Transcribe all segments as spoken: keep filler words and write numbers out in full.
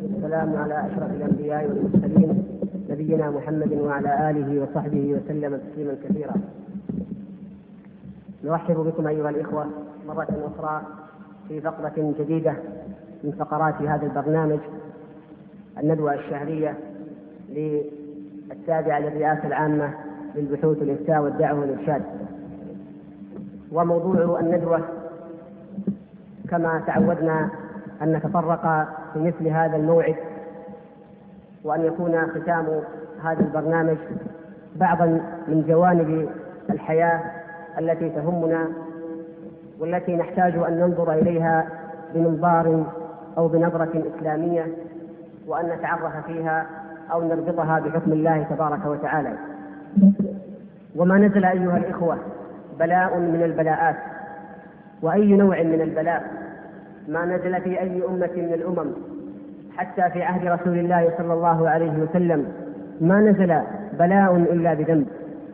والسلام على أشرف الأنبياء والمرسلين نبينا محمد وعلى آله وصحبه وسلم تسليما كثيرا. نرحب بكم أيها الإخوة مرة أخرى في فقرة جديدة من فقرات هذا البرنامج، الندوة الشهرية للتابعة للرئاسة العامة للبحوث والإفتاء والدعوة والإرشاد. وموضوع الندوة كما تعودنا أن نتطرق في مثل هذا الموعد، وأن يكون ختام هذا البرنامج بعضا من جوانب الحياة التي تهمنا والتي نحتاج أن ننظر إليها بمنظار أو بنظرة إسلامية، وأن نتعرف فيها أو نربطها بحكم الله تبارك وتعالى. وما نزل أيها الإخوة بلاء من البلاءات، وأي نوع من البلاء ما نزل في أي أمة من الأمم، حتى في عهد رسول الله صلى الله عليه وسلم ما نزل بلاء إلا بذنب.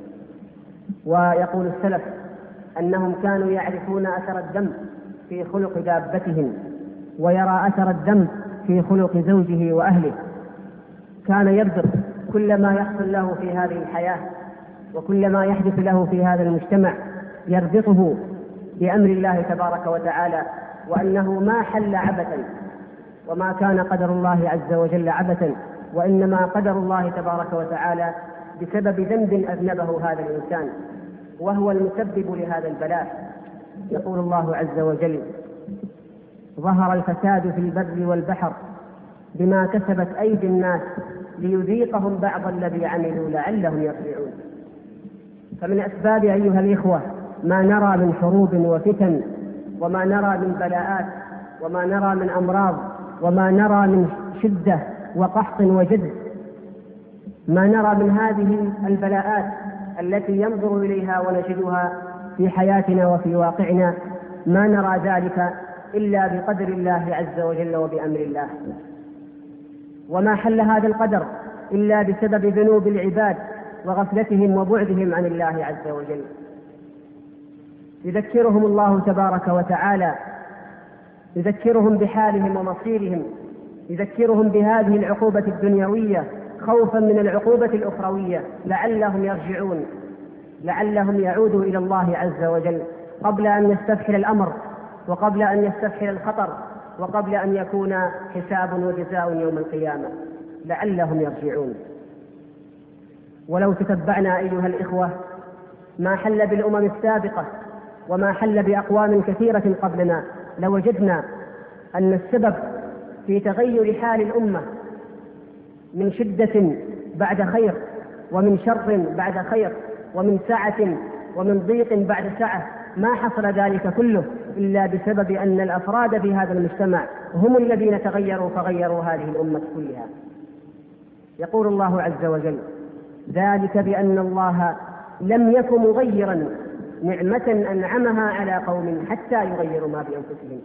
ويقول السلف أنهم كانوا يعرفون أثر الذنب في خلق دابتهم، ويرى أثر الذنب في خلق زوجه وأهله. كان يبدر كل ما يحصل له في هذه الحياة وكل ما يحدث له في هذا المجتمع يربطه بأمر الله تبارك وتعالى، وأنه ما حل عبثا، وما كان قدر الله عز وجل عبثا، وإنما قدر الله تبارك وتعالى بسبب ذنب أذنبه هذا الإنسان، وهو المسبب لهذا البلاء. يقول الله عز وجل: ظهر الفساد في البر والبحر بما كسبت أيدي الناس ليذيقهم بعض الذي عملوا لعلهم يرجعون. فمن أسباب أيها الإخوة ما نرى من حروب وفتن، وما نرى من بلاءات، وما نرى من أمراض، وما نرى من شدة وقحط وجد، ما نرى من هذه البلاءات التي ينظر إليها ونجدها في حياتنا وفي واقعنا، ما نرى ذلك إلا بقدر الله عز وجل وبأمر الله. وما حل هذا القدر إلا بسبب ذنوب العباد وغفلتهم وبعدهم عن الله عز وجل. يذكرهم الله تبارك وتعالى، يذكرهم بحالهم ومصيرهم، يذكرهم بهذه العقوبة الدنيوية خوفا من العقوبة الأخروية، لعلهم يرجعون، لعلهم يعودوا إلى الله عز وجل قبل أن يستفحل الأمر، وقبل أن يستفحل الخطر، وقبل أن يكون حساب وجزاء يوم القيامة، لعلهم يرجعون. ولو تتبعنا أيها الإخوة ما حل بالأمم السابقة وما حل بأقوام كثيرة قبلنا، لوجدنا أن السبب في تغير حال الأمة من شدة بعد خير، ومن شر بعد خير، ومن سعة ومن ضيق بعد سعة، ما حصل ذلك كله إلا بسبب أن الأفراد في هذا المجتمع هم الذين تغيروا فغيروا هذه الأمة كلها. يقول الله عز وجل: ذلك بأن الله لم يكن مغيرا نعمة أنعمها على قوم حتى يغيروا ما بأنفسهم.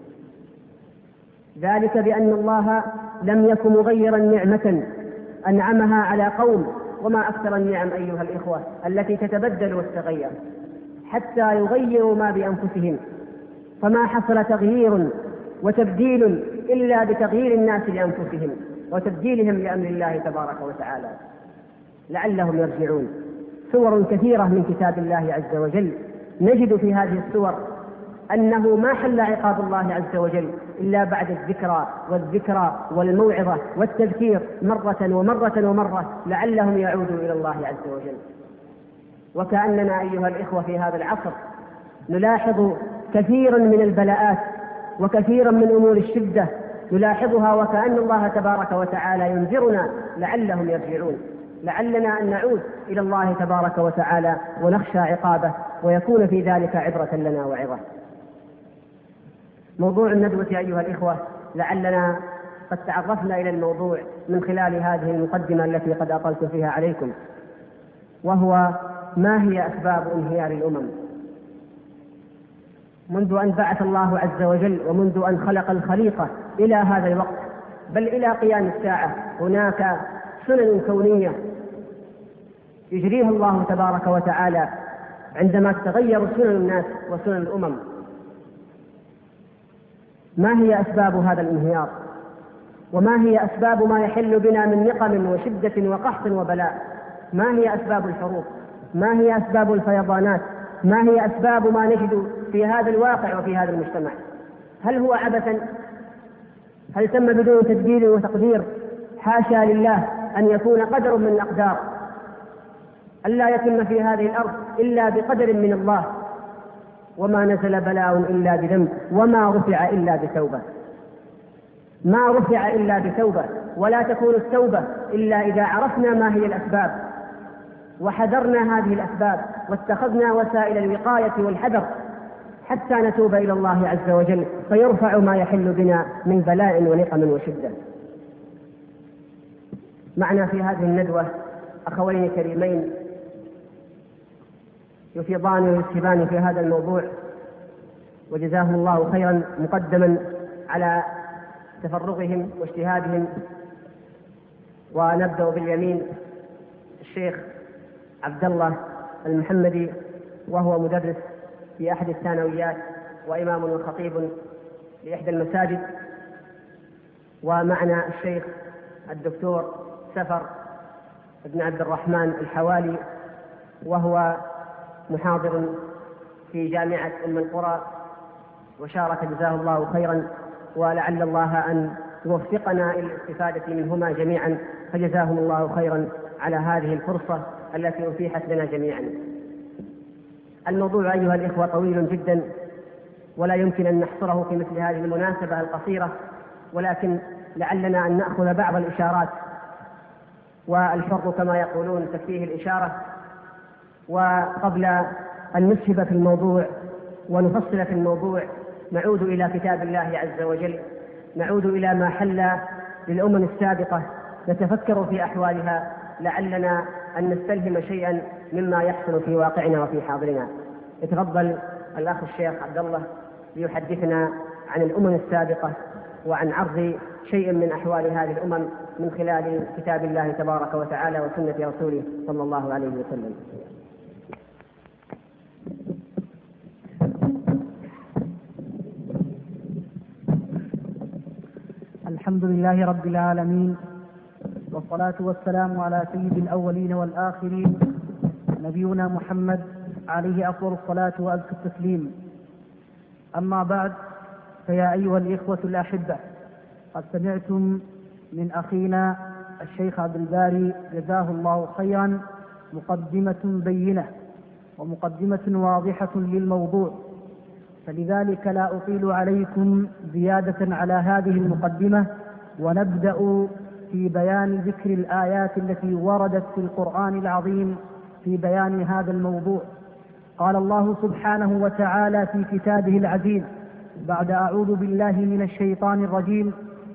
ذلك بأن الله لم يكن مغيرا نعمة أنعمها على قوم، وما أكثر النعم أيها الإخوة التي تتبدل وتتغير، حتى يغيروا ما بأنفسهم. فما حصل تغيير وتبديل إلا بتغيير الناس لأنفسهم وتبديلهم لأمر الله تبارك وتعالى، لعلهم يرجعون. صور كثيرة من كتاب الله عز وجل نجد في هذه الصور أنه ما حل عقاب الله عز وجل إلا بعد الذكرى والذكرى والموعظة والتذكير مرة ومرة ومرة، لعلهم يعودوا إلى الله عز وجل. وكأننا أيها الإخوة في هذا العصر نلاحظ كثيرا من البلاءات وكثيرا من أمور الشدة نلاحظها، وكأن الله تبارك وتعالى ينذرنا لعلهم يرجعون، لعلنا أن نعود إلى الله تبارك وتعالى ونخشى عقابه، ويكون في ذلك عبرة لنا وعظة. موضوع الندوة أيها الإخوة، لعلنا قد تعرفنا إلى الموضوع من خلال هذه المقدمة التي قد أطلت فيها عليكم، وهو ما هي أسباب انهيار الأمم. منذ أن بعث الله عز وجل ومنذ أن خلق الخليقة إلى هذا الوقت، بل إلى قيام الساعة، هناك سنن كونية يجريها الله تبارك وتعالى عندما تتغير سنن الناس وسنن الأمم. ما هي أسباب هذا الانهيار؟ وما هي أسباب ما يحل بنا من نقم وشدة وقحط وبلاء؟ ما هي أسباب الحروب؟ ما هي أسباب الفيضانات؟ ما هي أسباب ما نجد في هذا الواقع وفي هذا المجتمع؟ هل هو عبثا؟ هل تم بدون تدبير وتقدير؟ حاشا لله أن يكون قدر من الأقدار، ألا يتم في هذه الأرض إلا بقدر من الله. وما نزل بلاء إلا بذنب، وما رفع إلا بتوبة. ما رفع إلا بتوبة، ولا تكون التوبة إلا إذا عرفنا ما هي الأسباب وحذرنا هذه الأسباب واتخذنا وسائل الوقاية والحذر حتى نتوب إلى الله عز وجل فيرفع ما يحل بنا من بلاء ونقم وشدة. معنا في هذه الندوة أخوين كريمين يفيضان ويسهبان في هذا الموضوع، وجزاهم الله خيرا مقدما على تفرغهم واجتهادهم. ونبدأ باليمين الشيخ عبد الله المحمدي، وهو مدرس في أحد الثانويات وإمام وخطيب لإحدى المساجد. ومعنا الشيخ الدكتور سفر بن عبد الرحمن الحوالي، وهو محاضر في جامعة أم القرى، وشارك جزاه الله خيرا، ولعل الله أن يوفقنا إلى الاستفادة منهما جميعا، فجزاهم الله خيرا على هذه الفرصة التي أتيحت لنا جميعا. الموضوع أيها الإخوة طويل جدا، ولا يمكن أن نحصره في مثل هذه المناسبة القصيرة، ولكن لعلنا أن نأخذ بعض الإشارات، والحر كما يقولون تكفيه الإشارة. وقبل أن نسهب في الموضوع ونفصل في الموضوع نعود إلى كتاب الله عز وجل، نعود إلى ما حل للأمم السابقة، نتفكر في أحوالها، لعلنا أن نستلهم شيئا مما يحصل في واقعنا وفي حاضرنا. يتفضل الأخ الشيخ عبد الله ليحدثنا عن الأمم السابقة وعن عرض شيء من أحوال هذه الأمم من خلال كتاب الله تبارك وتعالى وسنة رسوله صلى الله عليه وسلم. الحمد لله رب العالمين، والصلاة والسلام على سيد الأولين والآخرين نبينا محمد عليه أفضل الصلاة وأزكى التسليم. أما بعد، فيا أيها الإخوة الأحبة، قد سمعتم من أخينا الشيخ عبد الباري جزاه الله خيرا مقدمة بينة ومقدمة واضحة للموضوع، فلذلك لا أطيل عليكم زيادة على هذه المقدمة، ونبدأ في بيان ذكر الآيات التي وردت في القرآن العظيم في بيان هذا الموضوع. قال الله سبحانه وتعالى في كتابه العزيز بعد أعوذ بالله من الشيطان الرجيم: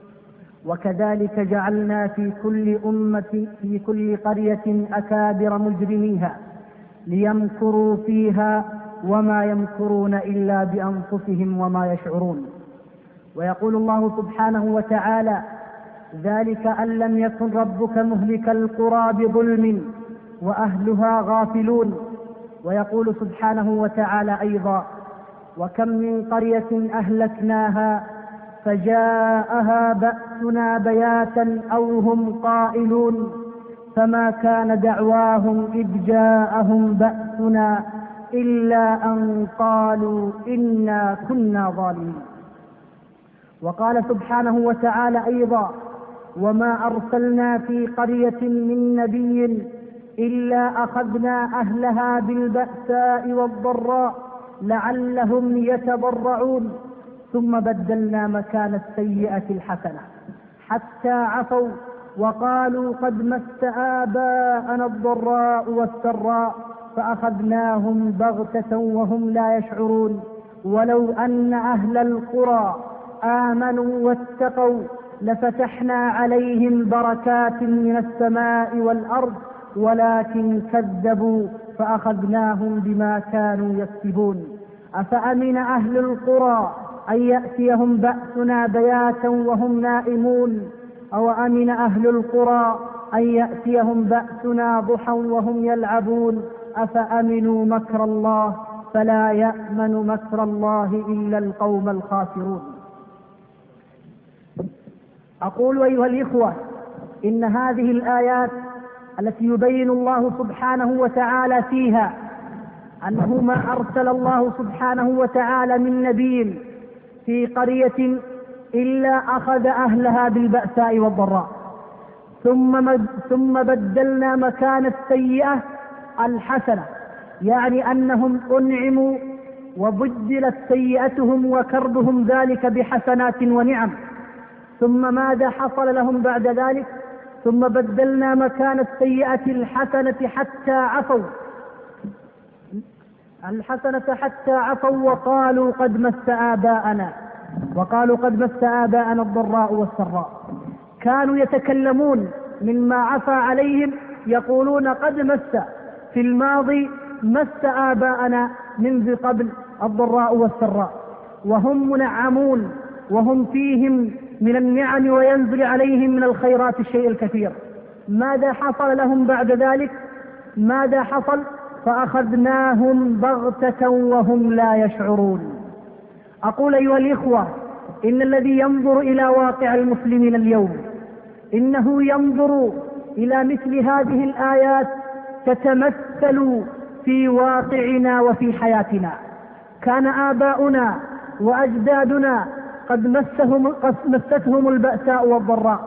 وكذلك جعلنا في كل أمة في كل قرية أكابر مجرميها ليمكروا فيها وما يمكرون إلا بأنفسهم وما يشعرون. ويقول الله سبحانه وتعالى: ذلك أن لم يكن ربك مهلك القرى بظلم وأهلها غافلون. ويقول سبحانه وتعالى أيضا: وكم من قرية أهلكناها فجاءها بأسنا بياتا أو هم قائلون فما كان دعواهم إذ جاءهم بأسنا إلا أن قالوا إنا كنا ظالمين. وقال سبحانه وتعالى أيضا: وما أرسلنا في قرية من نبي إلا أخذنا أهلها بالبأساء والضراء لعلهم يتضرعون ثم بدلنا مكان السيئة الحسنة حتى عفوا وقالوا قد مس آباءنا الضراء والسراء فأخذناهم بغتة وهم لا يشعرون. ولو أن أهل القرى آمنوا واتقوا لفتحنا عليهم بركات من السماء والأرض ولكن كذبوا فأخذناهم بما كانوا يكسبون. أفأمن أهل القرى أن يأتيهم بأسنا بياتا وهم نائمون أو أمن أهل القرى أن يأتيهم بأسنا ضحى وهم يلعبون أفأمنوا مكر الله فلا يأمن مكر الله إلا القوم الخاسرون. أقول أيها الإخوة، إن هذه الآيات التي يبين الله سبحانه وتعالى فيها أنه ما أرسل الله سبحانه وتعالى من نبي في قرية إلا أخذ أهلها بالبأساء والضراء، ثم ثم بدلنا مكان السيئة الحسنة، يعني أنهم أنعموا وبدلت سيئتهم وكربهم ذلك بحسنات ونعم. ثم ماذا حصل لهم بعد ذلك؟ ثم بدلنا مكان السيئة الحسنة حتى عفوا الحسنة حتى عفوا وقالوا قد مس آباءنا وقالوا قد مس آباءنا الضراء والسراء. كانوا يتكلمون مما عفى عليهم، يقولون قد مس في الماضي مس آباءنا منذ قبل الضراء والسراء، وهم منعمون وهم فيهم من النعم وينزل عليهم من الخيرات الشيء الكثير. ماذا حصل لهم بعد ذلك؟ ماذا حصل؟ فأخذناهم بغتة وهم لا يشعرون. أقول أيها الإخوة، إن الذي ينظر إلى واقع المسلمين اليوم إنه ينظر إلى مثل هذه الآيات تتمثل في واقعنا وفي حياتنا. كان آباؤنا وأجدادنا قد مسهم قد مستهم البأساء والضراء،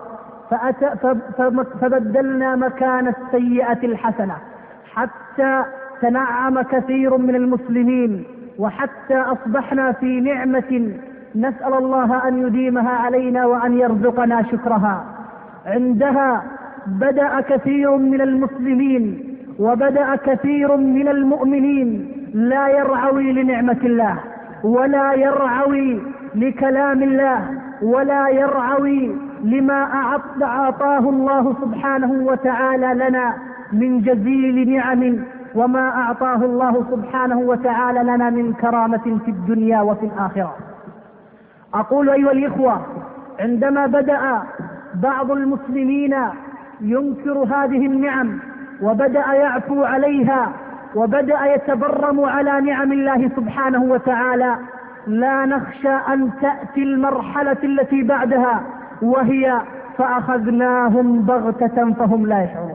فبدلنا مكان السيئة الحسنة حتى تنعم كثير من المسلمين، وحتى أصبحنا في نعمة نسأل الله أن يديمها علينا وأن يرزقنا شكرها. عندها بدأ كثير من المسلمين وبدأ كثير من المؤمنين لا يرعوي لنعمة الله، ولا يرعوي لكلام الله، ولا يرعوي لما أعطاه الله سبحانه وتعالى لنا من جزيل نعم، وما أعطاه الله سبحانه وتعالى لنا من كرامة في الدنيا وفي الآخرة. أقول أيها الإخوة، عندما بدأ بعض المسلمين ينكر هذه النعم وبدأ يعفو عليها وبدأ يتبرم على نعم الله سبحانه وتعالى، لا نخشى أن تأتي المرحلة التي بعدها، وهي فأخذناهم بغتة فهم لا يشعرون.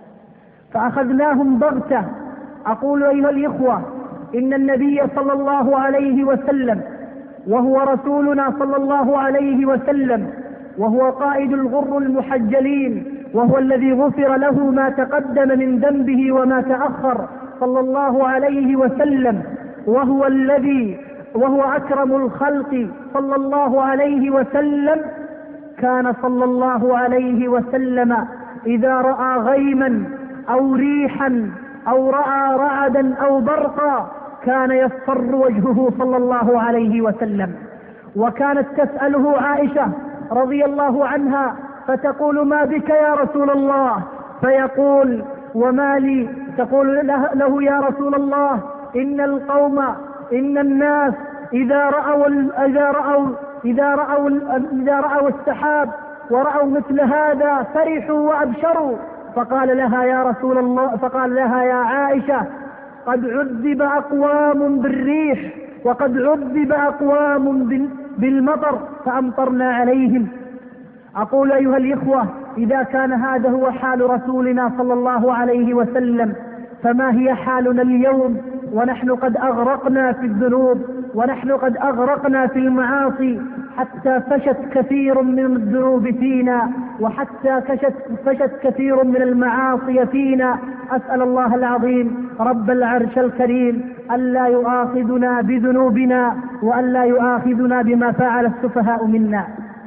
فأخذناهم بغتة. أقول أيها الإخوة، إن النبي صلى الله عليه وسلم وهو رسولنا صلى الله عليه وسلم وهو قائد الغر المحجلين، وهو الذي غفر له ما تقدم من ذنبه وما تأخر صلى الله عليه وسلم، وهو الذي وهو أكرم الخلق صلى الله عليه وسلم، كان صلى الله عليه وسلم إذا رأى غيما أو ريحا أو رأى رعدا أو برقا كان يصفر وجهه صلى الله عليه وسلم. وكانت تسأله عائشة رضي الله عنها فتقول: ما بك يا رسول الله؟ فيقول: وما لي؟ تقول له: يا رسول الله، إن القوم إن الناس إذا رأوا إذا رأوا إذا رأوا إذا رأوا السحاب ورأوا مثل هذا فرحوا وأبشروا. فقال لها يا رسول الله فقال لها يا عائشة: قد عذب أقوام بالريح وقد عذب أقوام بالمطر فأمطرنا عليهم. أقول أيها الإخوة، إذا كان هذا هو حال رسولنا صلى الله عليه وسلم، فما هي حالنا اليوم ونحن قد أغرقنا في الذنوب، ونحن قد أغرقنا في المعاصي، حتى فشت كثير من الذنوب فينا، وحتى كشت فشت كثير من المعاصي فينا. أسأل الله العظيم رب العرش الكريم ألا يؤاخذنا بذنوبنا وألا يؤاخذنا بما فعل السفهاء منا.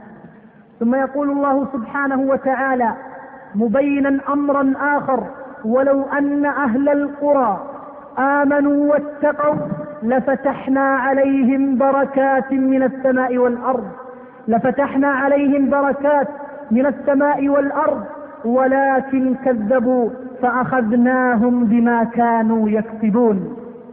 ثم يقول الله سبحانه وتعالى مبينا أمرا آخر: ولو أن أهل القرى آمنوا واتقوا لفتحنا عليهم بركات من السماء والأرض لفتحنا عليهم بركات من السماء والأرض ولكن كذبوا فأخذناهم بما كانوا يكسبون.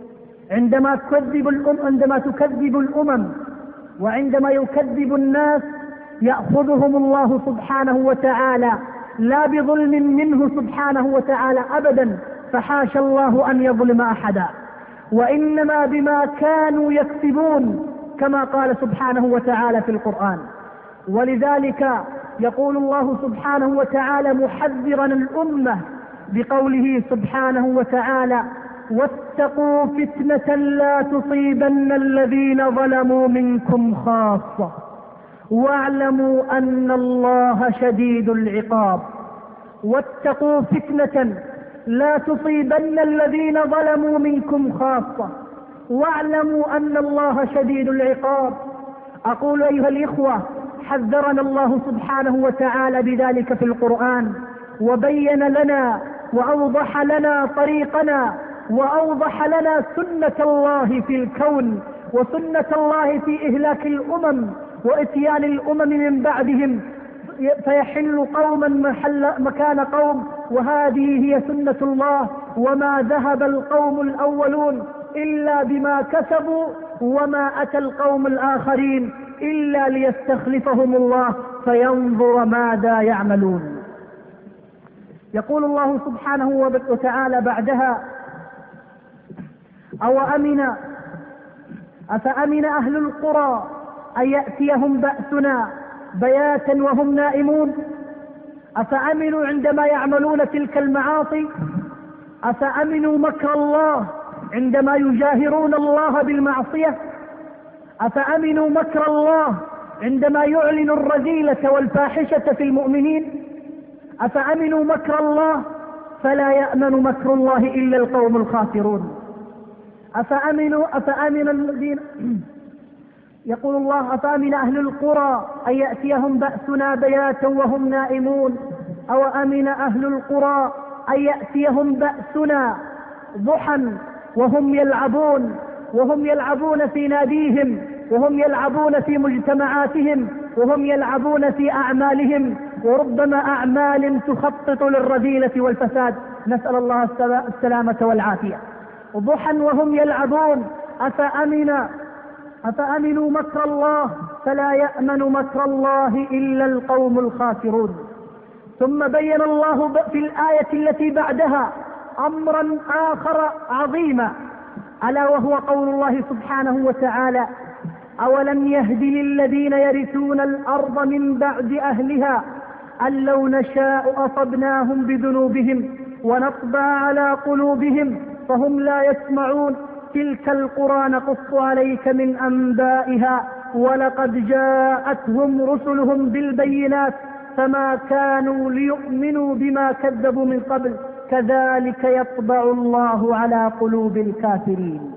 عندما تكذب الأم عندما تكذب الأمم وعندما يكذب الناس يأخذهم الله سبحانه وتعالى، لا بظلم منه سبحانه وتعالى أبدا، فحاش الله أن يظلم أحدا، وإنما بما كانوا يكسبون كما قال سبحانه وتعالى في القرآن. ولذلك يقول الله سبحانه وتعالى محذرا الأمة بقوله سبحانه وتعالى: واتقوا فتنة لا تصيبن الذين ظلموا منكم خاصة واعلموا أن الله شديد العقاب. واتقوا فتنة لا تصيبن الذين ظلموا منكم خاصة واعلموا أن الله شديد العقاب. أقول أيها الإخوة، حذرنا الله سبحانه وتعالى بذلك في القرآن، وبين لنا وأوضح لنا طريقنا، وأوضح لنا سنة الله في الكون، وسنة الله في إهلاك الأمم وإتيان الأمم من بعدهم، فيحل قوما محل مكان قوم، وهذه هي سنة الله. وما ذهب القوم الأولون إلا بما كسبوا، وما أتى القوم الآخرين إلا ليستخلفهم الله فينظر ماذا يعملون. يقول الله سبحانه وتعالى بعدها: أو أمن أفأمن أهل القرى أن يأتيهم بأسنا بياتا وهم نائمون. أفأمنوا عندما يعملون تلك المعاصي؟ أفأمنوا مكر الله عندما يجاهرون الله بالمعصية؟ أفأمنوا مكر الله عندما يعلن الرذيلة والفاحشة في المؤمنين؟ أفأمنوا مكر الله؟ فلا يأمن مكر الله إلا القوم الخاسرون. أفأمنوا أفأمن الذين يقول الله: أفأمن أهل القرى أن يأتيهم بأسنا بياتا وهم نائمون. أو أمن أهل القرى أن يأتيهم بأسنا ضحى وهم يلعبون، وهم يلعبون في ناديهم، وهم يلعبون في مجتمعاتهم، وهم يلعبون في أعمالهم، وربما أعمال تخطط للرذيلة والفساد، نسأل الله السلامة والعافية. ضحى وهم يلعبون. أفأمن أفأمنوا مكر الله؟ فلا يأمن مكر الله إلا القوم الخاسرون. ثم بين الله في الآية التي بعدها أمرا آخر عظيما، ألا وهو قول الله سبحانه وتعالى: أولم يهد للذين يرثون الأرض من بعد أهلها أن لو نشاء أصبناهم بذنوبهم ونطبع على قلوبهم فهم لا يسمعون. تلك القرى نقص عليك من أنبائها ولقد جاءتهم رسلهم بالبينات فما كانوا ليؤمنوا بما كذبوا من قبل كذلك يطبع الله على قلوب الكافرين.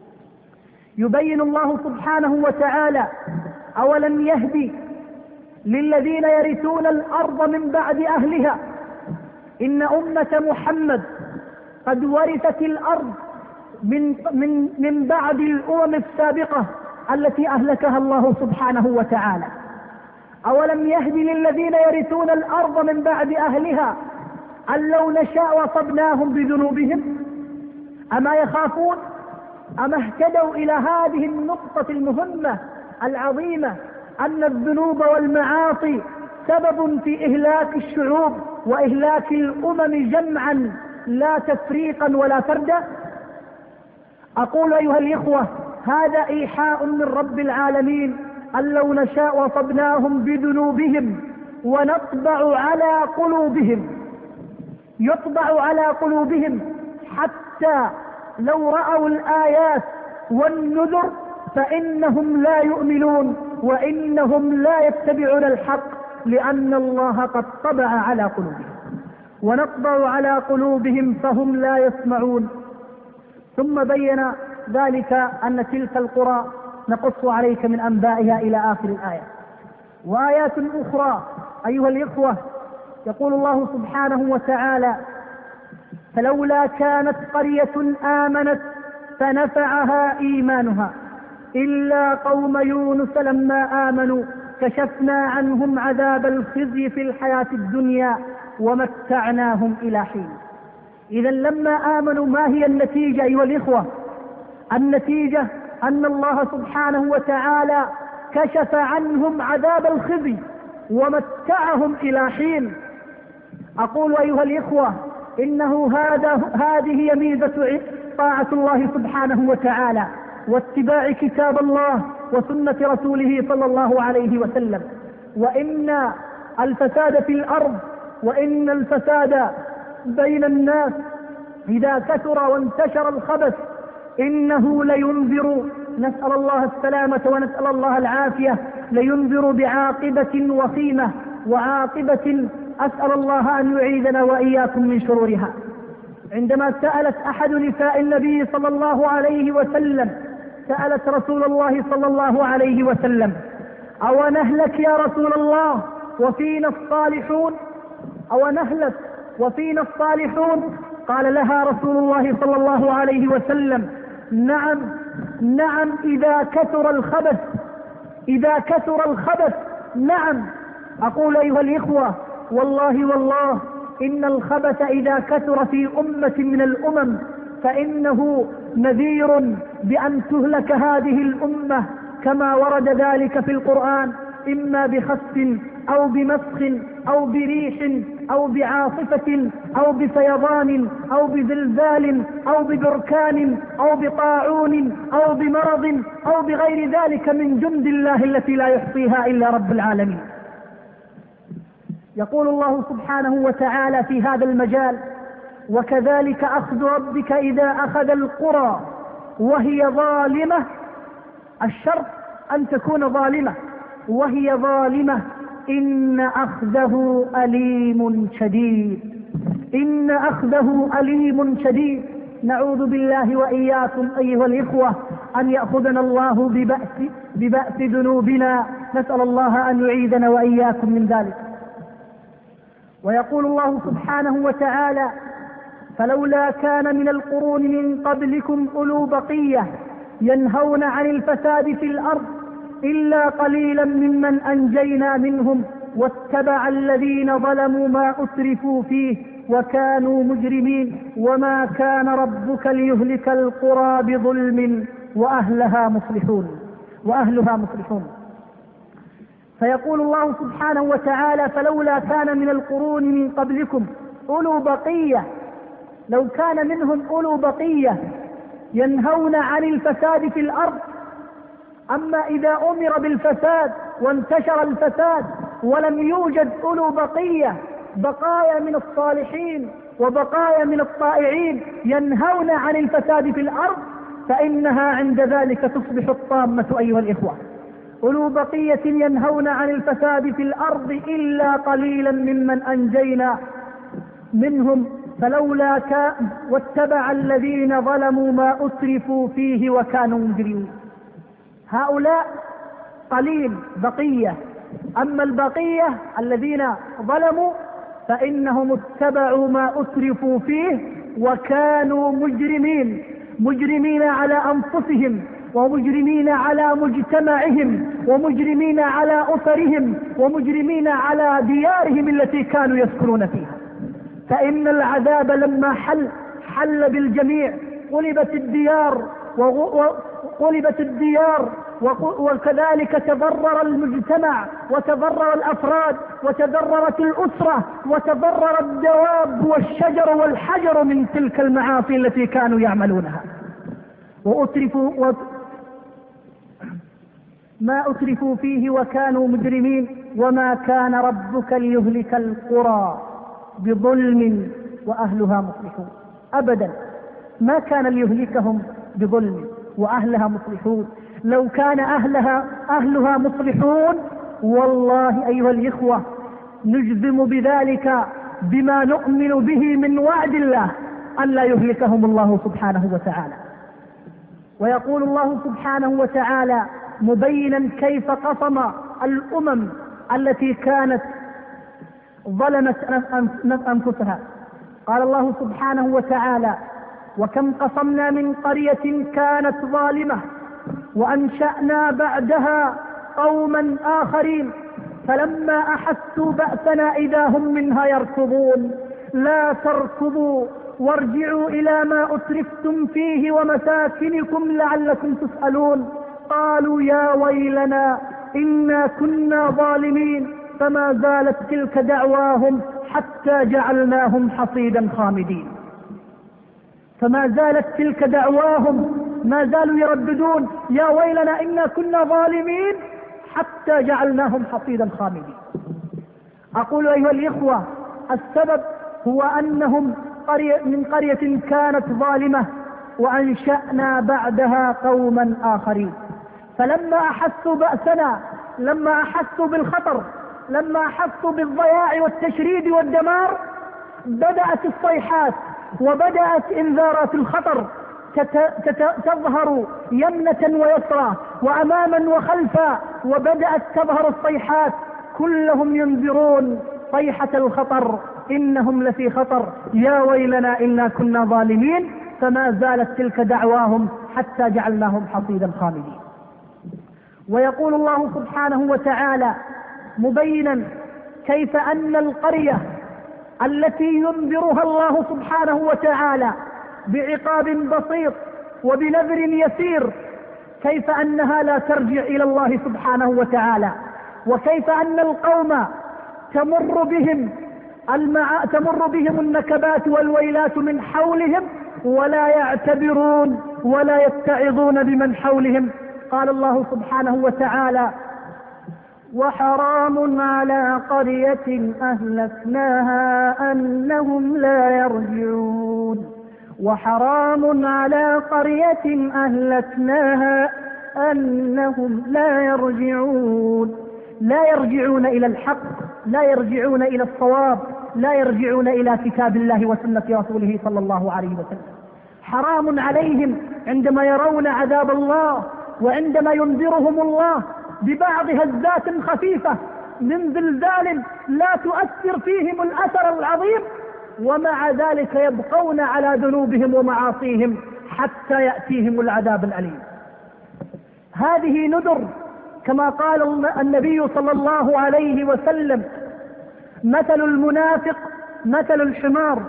يبين الله سبحانه وتعالى: أولم يهدي للذين يرثون الأرض من بعد أهلها. إن أمة محمد قد ورثت الأرض من, من, من بعد الأمم السابقة التي أهلكها الله سبحانه وتعالى. أولم يهدي للذين يرثون الأرض من بعد أهلها أن لو نشاء أصبناهم بذنوبهم. أما يخافون؟ أما اهتدوا إلى هذه النقطة المهمة العظيمة أن الذنوب والمعاصي سبب في إهلاك الشعوب وإهلاك الأمم جمعا لا تفريقا ولا فردا؟ أقول أيها الإخوة: هذا إيحاء من رب العالمين أن لو نشاء أصبناهم بذنوبهم ونطبع على قلوبهم. يطبع على قلوبهم حتى لو رأوا الآيات والنذر فإنهم لا يؤمنون وإنهم لا يتبعون الحق، لأن الله قد طبع على قلوبهم. ونطبع على قلوبهم فهم لا يسمعون. ثم بين ذلك أن تلك القرى نقص عليك من أنبائها إلى آخر الآية. وآيات أخرى أيها الإخوة يقول الله سبحانه وتعالى: فلولا كانت قرية آمنت فنفعها إيمانها إلا قوم يونس لما آمنوا كشفنا عنهم عذاب الخزي في الحياة الدنيا ومتعناهم إلى حين. إذا لما آمنوا ما هي النتيجة أيها الإخوة؟ النتيجة أن الله سبحانه وتعالى كشف عنهم عذاب الخزي ومتعهم إلى حين. أقول أيها الإخوة: إنه هذا هذه ميزة طاعة الله سبحانه وتعالى واتباع كتاب الله وسنة رسوله صلى الله عليه وسلم. وإن الفساد في الأرض، وإن الفساد بين الناس إذا كثر وانتشر الخبث إنه لينذر، نسأل الله السلامة ونسأل الله العافية، لينذر بعاقبة وخيمة، وعاقبة أسأل الله أن يعيذنا وإياكم من شرورها. عندما سألت أحد نساء النبي صلى الله عليه وسلم، سألت رسول الله صلى الله عليه وسلم: أو نهلك يا رسول الله وفينا الصالحون؟ أو نهلك وفينا الصالحون؟ قال لها رسول الله صلى الله عليه وسلم: نعم نعم إذا كثر الخبث، إذا كثر الخبث نعم. أقول أيها الإخوة، والله والله إن الخبث إذا كثر في أمة من الأمم فإنه نذير بأن تهلك هذه الأمة، كما ورد ذلك في القرآن، إما بخسف أو بمسخ أو بريح أو بعاصفة أو بفيضان أو بزلزال أو ببركان أو بطاعون أو بمرض أو بغير ذلك من جند الله التي لا يحصيها إلا رب العالمين. يقول الله سبحانه وتعالى في هذا المجال: وكذلك أخذ ربك إذا أخذ القرى وهي ظالمة. الشرط أن تكون ظالمة، وهي ظالمة إن أخذه أليم شديد، إن أخذه أليم شديد. نعوذ بالله وإياكم أيها الإخوة أن يأخذنا الله ببأس, ببأس ذنوبنا، نسأل الله أن يعيذنا وإياكم من ذلك. ويقول الله سبحانه وتعالى: فلولا كان من القرون من قبلكم أولو بقية ينهون عن الفساد في الأرض إلا قليلا ممن أنجينا منهم واتبع الذين ظلموا ما أسرفوا فيه وكانوا مجرمين وما كان ربك ليهلك القرى بظلم وأهلها مصلحون وأهلها مصلحون. فيقول الله سبحانه وتعالى: فلولا كان من القرون من قبلكم أولو بقية، لو كان منهم أولو بقية ينهون عن الفساد في الأرض. أما إذا أمر بالفساد وانتشر الفساد ولم يوجد أولو بقية، بقايا من الصالحين وبقايا من الطائعين ينهون عن الفساد في الأرض، فإنها عند ذلك تصبح الطامة أيها الإخوة. أولو بقية ينهون عن الفساد في الأرض إلا قليلا ممن أنجينا منهم فلولا كان واتبع الذين ظلموا ما أسرفوا فيه وكانوا مجرمين. هؤلاء قليل بقية، أما البقية الذين ظلموا فإنهم اتبعوا ما أسرفوا فيه وكانوا مجرمين، مجرمين على أنفسهم ومجرمين على مجتمعهم ومجرمين على أسرهم ومجرمين على ديارهم التي كانوا يسكنون فيها. فإن العذاب لما حل حل بالجميع، قلبت الديار وقلبت الديار وكذلك تضرر المجتمع وتضرر الأفراد وتضررت الأسرة وتضرر الدواب والشجر والحجر من تلك المعاصي التي كانوا يعملونها. وأترفوا و... ما أترفوا فيه وكانوا مجرمين وما كان ربك ليهلك القرى بظلم وأهلها مصلحون. أبدا ما كان ليهلكهم بظلم وأهلها مصلحون. لو كان أهلها أهلها مصلحون والله أيها الإخوة نجزم بذلك بما نؤمن به من وعد الله أن لا يهلكهم الله سبحانه وتعالى. ويقول الله سبحانه وتعالى مبينا كيف قصم الأمم التي كانت ظلمت أنفسها. قال الله سبحانه وتعالى: وكم قصمنا من قرية كانت ظالمة وأنشأنا بعدها قوما آخرين فلما أحسوا بأسنا إذا هم منها يركضون لا تركضوا وارجعوا إلى ما أسرفتم فيه ومساكنكم لعلكم تسألون. قالوا يا ويلنا إنا كنا ظالمين فما زالت تلك دعواهم حتى جعلناهم حصيدا خامدين. فما زالت تلك دعواهم، ما زالوا يرددون يا ويلنا إنا كنا ظالمين حتى جعلناهم حصيدا خامدين. أقول أيها الإخوة السبب هو أنهم قرية من قرية كانت ظالمة وأنشأنا بعدها قوما آخرين، فلما أحسوا بأسنا، لما أحسوا بالخطر، لما أحسوا بالضياع والتشريد والدمار، بدأت الصيحات وبدأت إنذارات الخطر تظهر يمنة ويسرى وأماما وخلفا، وبدأت تظهر الصيحات كلهم ينذرون صيحة الخطر، إنهم لفي خطر، يا ويلنا إنا كنا ظالمين. فما زالت تلك دعواهم حتى جعلناهم حصيدا خامدين. ويقول الله سبحانه وتعالى مبينا كيف أن القرية التي ينذرها الله سبحانه وتعالى بعقاب بسيط وبنذر يسير، كيف أنها لا ترجع إلى الله سبحانه وتعالى، وكيف أن القوم تمر بهم المع... تمر بهم النكبات والويلات من حولهم ولا يعتبرون ولا يتعظون بمن حولهم. قال الله سبحانه وتعالى: وحرام على قرية أهلكناها أنهم لا يرجعون. وحرام على قرية أهلكناها أنهم لا يرجعون. لا يرجعون إلى الحق، لا يرجعون إلى الصواب، لا يرجعون إلى كتاب الله وسنة رسوله صلى الله عليه وسلم. حرام عليهم عندما يرون عذاب الله وعندما ينذرهم الله ببعض هزات خفيفة من زلزال لا تؤثر فيهم الأثر العظيم، ومع ذلك يبقون على ذنوبهم ومعاصيهم حتى يأتيهم العذاب الأليم. هذه نذر، كما قال النبي صلى الله عليه وسلم: مثل المنافق مثل الحمار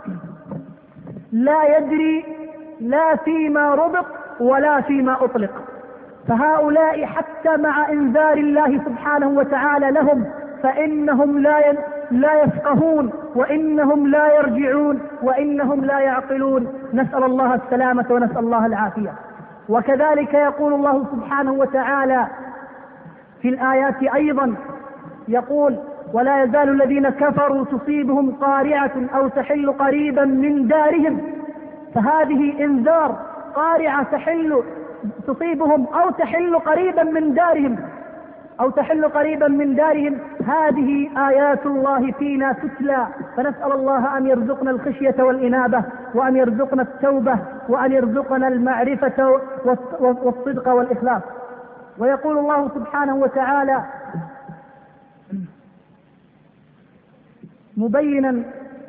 لا يدري لا فيما ربط ولا فيما أطلق. فهؤلاء حتى مع إنذار الله سبحانه وتعالى لهم فإنهم لا لا يفقهون، وإنهم لا يرجعون، وإنهم لا يعقلون. نسأل الله السلامة ونسأل الله العافية. وكذلك يقول الله سبحانه وتعالى في الآيات أيضا، يقول: ولا يزال الذين كفروا تصيبهم قارعة أو تحل قريبا من دارهم. فهذه إنذار، قارعة تحل تصيبهم أو تحل قريبا من دارهم أو تحل قريبا من دارهم. هذه آيات الله فينا تتلى، فنسأل الله أن يرزقنا الخشية والإنابة، وأن يرزقنا التوبة، وأن يرزقنا المعرفة والصدق والإخلاص. ويقول الله سبحانه وتعالى مبينا،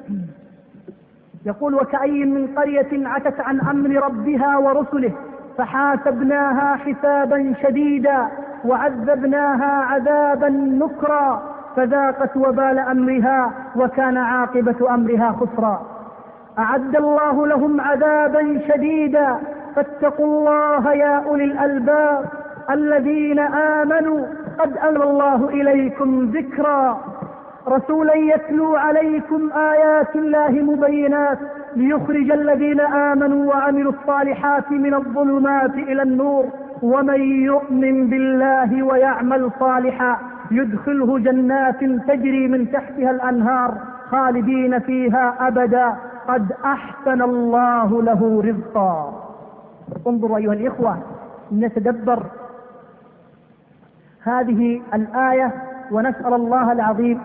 يقول: وكأي من قرية عتت عن أمر ربها ورسله فحاسبناها حسابا شديدا وعذبناها عذابا نكرا فذاقت وبال أمرها وكان عاقبة أمرها خسرا. أعد الله لهم عذابا شديدا فاتقوا الله يا أولي الألباب الذين آمنوا قد أنزل الله إليكم ذكرا رسولا يتلو عليكم آيات الله مبينات ليخرج الذين آمنوا وعملوا الصالحات من الظلمات إلى النور ومن يؤمن بالله ويعمل صالحا يدخله جنات تجري من تحتها الأنهار خالدين فيها أبدا قد أحسن الله له رزقا. انظروا أيها الإخوة، نتدبر هذه الآية ونسأل الله العظيم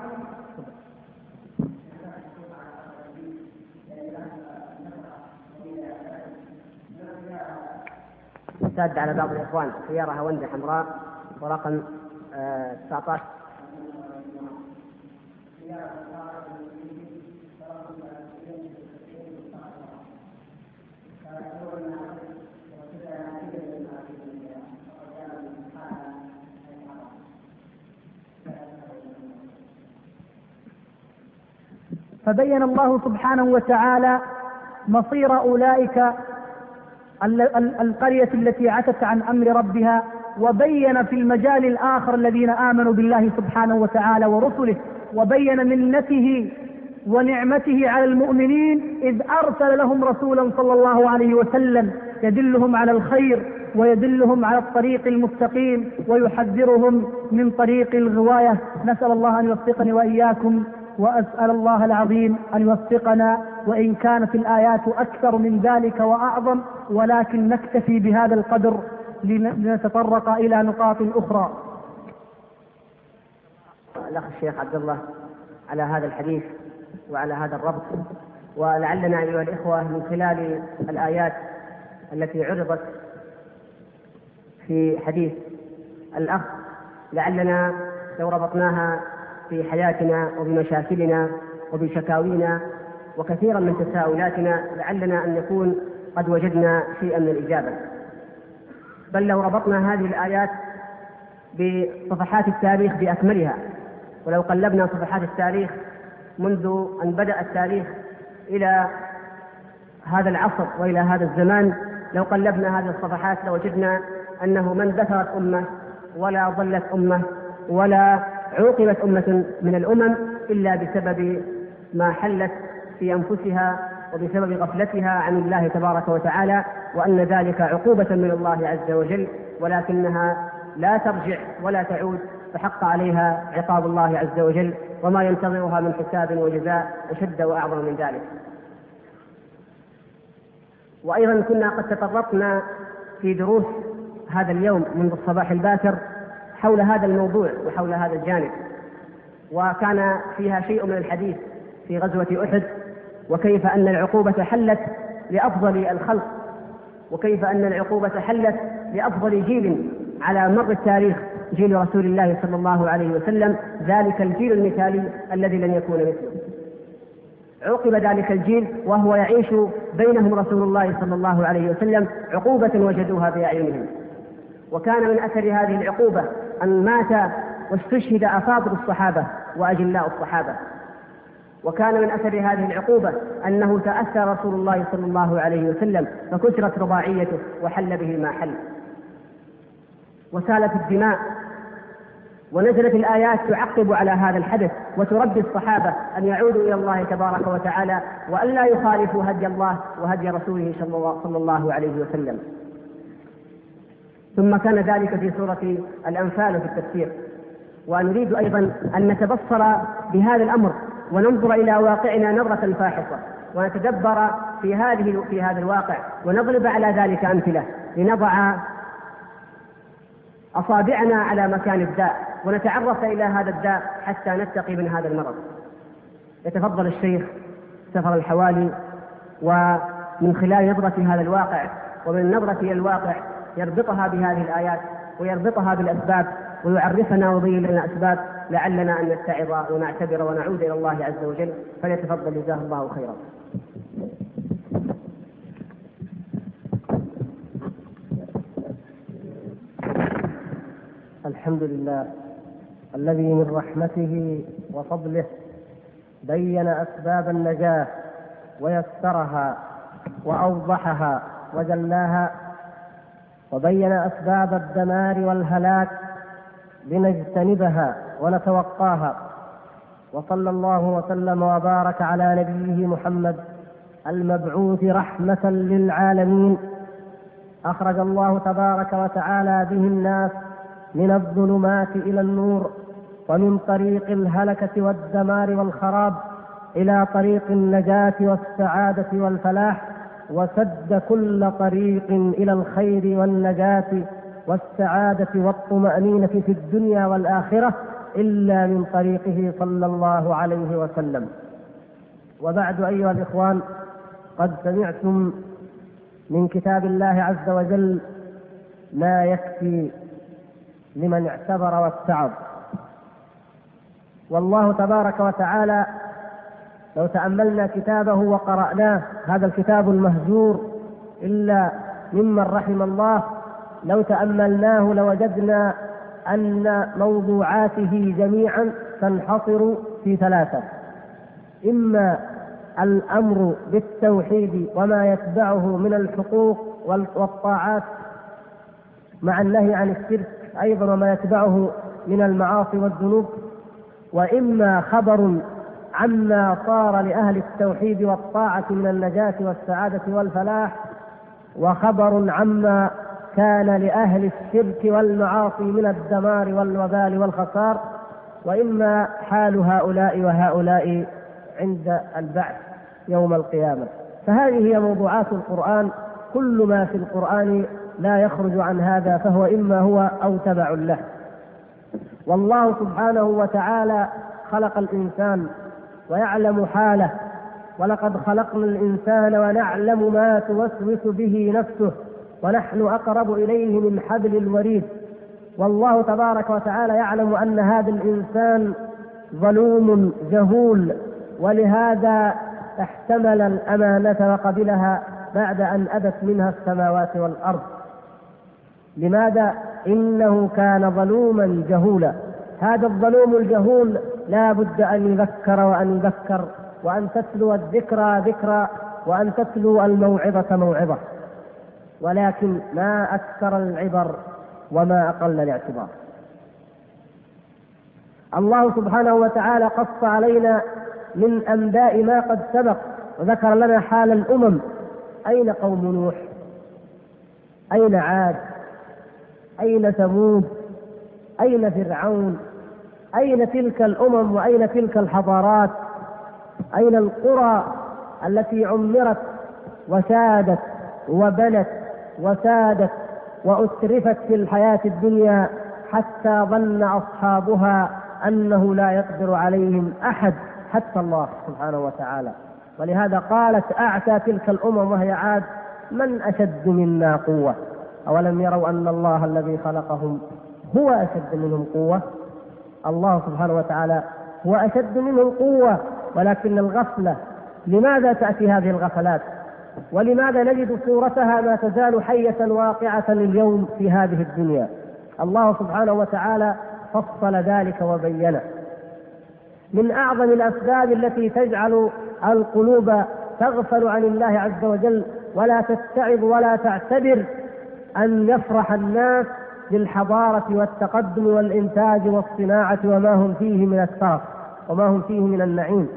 اشتد على بعض الإخوان سيارة هوندا حمراء ورقم تسعة عشر. فبين الله سبحانه وتعالى مصير أولئك القرية التي عتت عن أمر ربها، وبين في المجال الآخر الذين آمنوا بالله سبحانه وتعالى ورسله، وبين منته ونعمته على المؤمنين إذ أرسل لهم رسولا صلى الله عليه وسلم يدلهم على الخير ويدلهم على الطريق المستقيم ويحذرهم من طريق الغواية. نسأل الله أن يوفقني وإياكم، وأسأل الله العظيم أن يوفقنا، وإن كانت الآيات أكثر من ذلك وأعظم، ولكن نكتفي بهذا القدر لنتطرق إلى نقاط أخرى. الأخ الشيخ عبد الله على هذا الحديث وعلى هذا الربط، ولعلنا أيها الإخوة من خلال الآيات التي عرضت في حديث الأخ لعلنا لو ربطناها في حياتنا وبمشاكلنا وبشكاوينا وكثيرا من تساؤلاتنا لعلنا أن نكون قد وجدنا شيئا من الإجابة. بل لو ربطنا هذه الآيات بصفحات التاريخ بأكملها، ولو قلبنا صفحات التاريخ منذ أن بدأ التاريخ إلى هذا العصر وإلى هذا الزمان، لو قلبنا هذه الصفحات لوجدنا أنه ما اندثرت أمة ولا ضلت أمة ولا عوقبت أمة من الأمم إلا بسبب ما حلت في أنفسها وبسبب غفلتها عن الله تبارك وتعالى، وأن ذلك عقوبة من الله عز وجل، ولكنها لا ترجع ولا تعود، فحق عليها عقاب الله عز وجل وما ينتظرها من حساب وجزاء أشد وأعظم من ذلك. وأيضا كنا قد تطرقنا في دروس هذا اليوم منذ الصباح الباكر حول هذا الموضوع وحول هذا الجانب، وكان فيها شيء من الحديث في غزوة أحد، وكيف أن العقوبة حلت لأفضل الخلق، وكيف أن العقوبة حلت لأفضل جيل على مر التاريخ، جيل رسول الله صلى الله عليه وسلم، ذلك الجيل المثالي الذي لن يكون مثله. عوقب ذلك الجيل وهو يعيش بينهم رسول الله صلى الله عليه وسلم عقوبة وجدوها بأعينهم. وكان من أثر هذه العقوبة أن مات واستشهد أفاضل الصحابة وأجلاء الصحابة. وكان من أثر هذه العقوبة أنه تأثر رسول الله صلى الله عليه وسلم فكسرت رباعيته وحل به ما حل، وسالت الدماء، ونزلت الآيات تعقب على هذا الحدث وتربي الصحابة أن يعودوا إلى الله تبارك وتعالى وأن لا يخالفوا هدي الله وهدي رسوله صلى الله عليه وسلم. ثم كان ذلك في سورة الأنفال في التفسير. ونريد أيضا أن نتبصر بهذا الأمر وننظر إلى واقعنا نظرة فاحصة، ونتدبر في هذه في هذا الواقع، ونضرب على ذلك أمثلة لنضع أصابعنا على مكان الداء ونتعرف إلى هذا الداء حتى نتقي من هذا المرض. يتفضل الشيخ سفر الحوالي، ومن خلال نظرة هذا الواقع ومن النظرة إلى الواقع يربطها بهذه الآيات ويربطها بالأسباب ويعرفنا ويبين لنا أسباب لعلنا أن نتعظ ونعتبر ونعود إلى الله عز وجل. فليتفضل جزاه الله خيرا. الحمد لله الذي من رحمته وفضله بين أسباب النجاة ويسرها وأوضحها وجلاها، وبين أسباب الدمار والهلاك لنجتنبها ونتوقاها. وصلى الله وسلم وبارك على نبيه محمد المبعوث رحمة للعالمين، أخرج الله تبارك وتعالى به الناس من الظلمات إلى النور، ومن طريق الهلكة والدمار والخراب إلى طريق النجاة والسعادة والفلاح، وسد كل طريق إلى الخير والنجاة والسعادة والطمأنينة في الدنيا والآخرة إلا من طريقه صلى الله عليه وسلم. وبعد أيها الإخوان، قد سمعتم من كتاب الله عز وجل ما يكفي لمن اعتبر واتعظ. والله تبارك وتعالى لو تأملنا كتابه وقرأناه، هذا الكتاب المهجور إلا ممن رحم الله، لو تأملناه لوجدنا أن موضوعاته جميعا تنحصر في ثلاثة: إما الأمر بالتوحيد وما يتبعه من الحقوق والطاعات مع النهي عن الشرك أيضا وما يتبعه من المعاصي والذنوب، وإما خبر عما صار لأهل التوحيد والطاعة من النجاة والسعادة والفلاح، وخبر عما كان لأهل الشرك والمعاصي من الدمار والوبال والخسار، وإما حال هؤلاء وهؤلاء عند البعث يوم القيامة. فهذه هي موضوعات القرآن، كل ما في القرآن لا يخرج عن هذا، فهو إما هو أو تبع له. والله سبحانه وتعالى خلق الإنسان ويعلم حاله، ولقد خلقنا الإنسان ونعلم ما توسوس به نفسه ونحن أقرب إليه من حبل الوريد. والله تبارك وتعالى يعلم أن هذا الإنسان ظلوم جهول، ولهذا احتمل الأمانة وقبلها بعد أن أبت منها السماوات والأرض. لماذا؟ إنه كان ظلوما جهولا. هذا الظلوم الجهول لا بد أن يذكر وأن يذكر، وأن تتلو الذكرى ذكرى، وأن تتلو الموعظة موعظة. ولكن ما أكثر العبر وما أقل الاعتبار. الله سبحانه وتعالى قص علينا من أنباء ما قد سبق، وذكر لنا حال الأمم. أين قوم نوح؟ أين عاد؟ أين ثمود؟ أين فرعون؟ أين تلك الأمم وأين تلك الحضارات؟ أين القرى التي عمرت وسادت وبنت وسادت وأسرفت في الحياة الدنيا حتى ظن أصحابها أنه لا يقدر عليهم أحد حتى الله سبحانه وتعالى. ولهذا قالت أعتى تلك الأمم وهي عاد: من أشد منا قوة؟ أولم يروا أن الله الذي خلقهم هو أشد منهم قوة؟ الله سبحانه وتعالى هو أشد منهم قوة، ولكن الغفلة. لماذا تأتي هذه الغفلات؟ ولماذا نجد صورتها ما تزال حية واقعة اليوم في هذه الدنيا؟ الله سبحانه وتعالى فصل ذلك وبينه. من أعظم الأسباب التي تجعل القلوب تغفل عن الله عز وجل ولا تتعظ ولا تعتبر أن يفرح الناس بالحضارة والتقدم والإنتاج والصناعة وما هم فيه من الترف وما هم فيه من النعيم.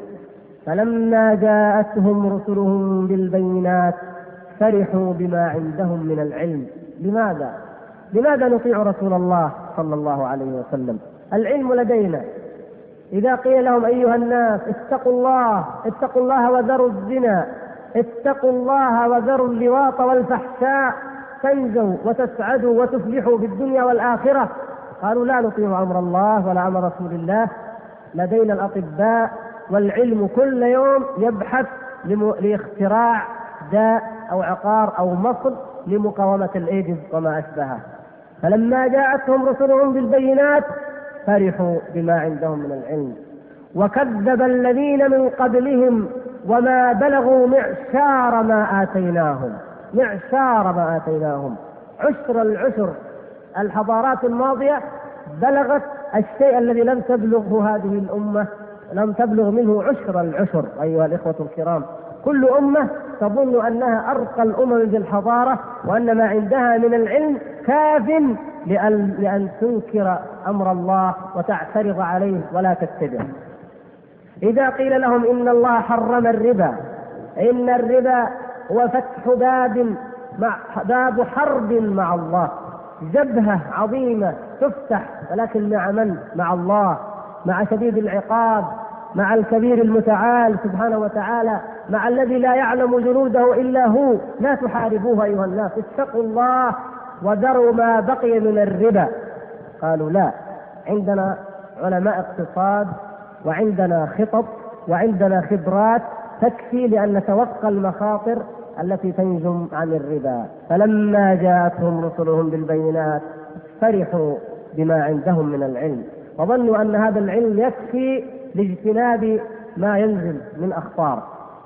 فلما جاءتهم رسلهم بالبينات فرحوا بما عندهم من العلم. لماذا؟ لماذا نطيع رسول الله صلى الله عليه وسلم؟ العلم لدينا. إذا قيل لهم أيها الناس اتقوا الله اتقوا الله وذروا الزنا، اتقوا الله وذروا اللواط والفحشاء تنجوا وتسعدوا وتفلحوا في الدنيا والآخرة، قالوا لا نطيع أمر الله ولا أمر رسول الله. لدينا الأطباء والعلم كل يوم يبحث لاختراع داء أو عقار أو مصل لمقاومة الإيدز وما أشبهه. فلما جاءتهم رسلهم بالبينات فرحوا بما عندهم من العلم، وكذب الذين من قبلهم وما بلغوا معشار ما آتيناهم معشار ما آتيناهم عشر العشر. الحضارات الماضية بلغت الشيء الذي لم تبلغه هذه الأمة، لم تبلغ منه عشر العشر. أيها الإخوة الكرام، كل أمة تظن أنها أرقى الأمم بالحضارة وأن ما عندها من العلم كاف لأن, لأن تنكر أمر الله وتعترض عليه ولا تتبع. إذا قيل لهم إن الله حرم الربا، إن الربا هو فتح باب مع باب حرب مع الله، جبهة عظيمة تفتح، ولكن مع من؟ مع الله، مع شديد العقاب، مع الكبير المتعال سبحانه وتعالى، مع الذي لا يعلم جنوده إلا هو. لا تحاربوه أيها الناس، اتقوا الله وذروا ما بقي من الربا. قالوا لا، عندنا علماء اقتصاد وعندنا خطط وعندنا خبرات تكفي لأن نتوقع المخاطر التي تنجم عن الربا. فلما جاءتهم رسلهم بالبينات فرحوا بما عندهم من العلم، وظنوا أن هذا العلم يكفي لاجتناب ما ينزل من أخطار.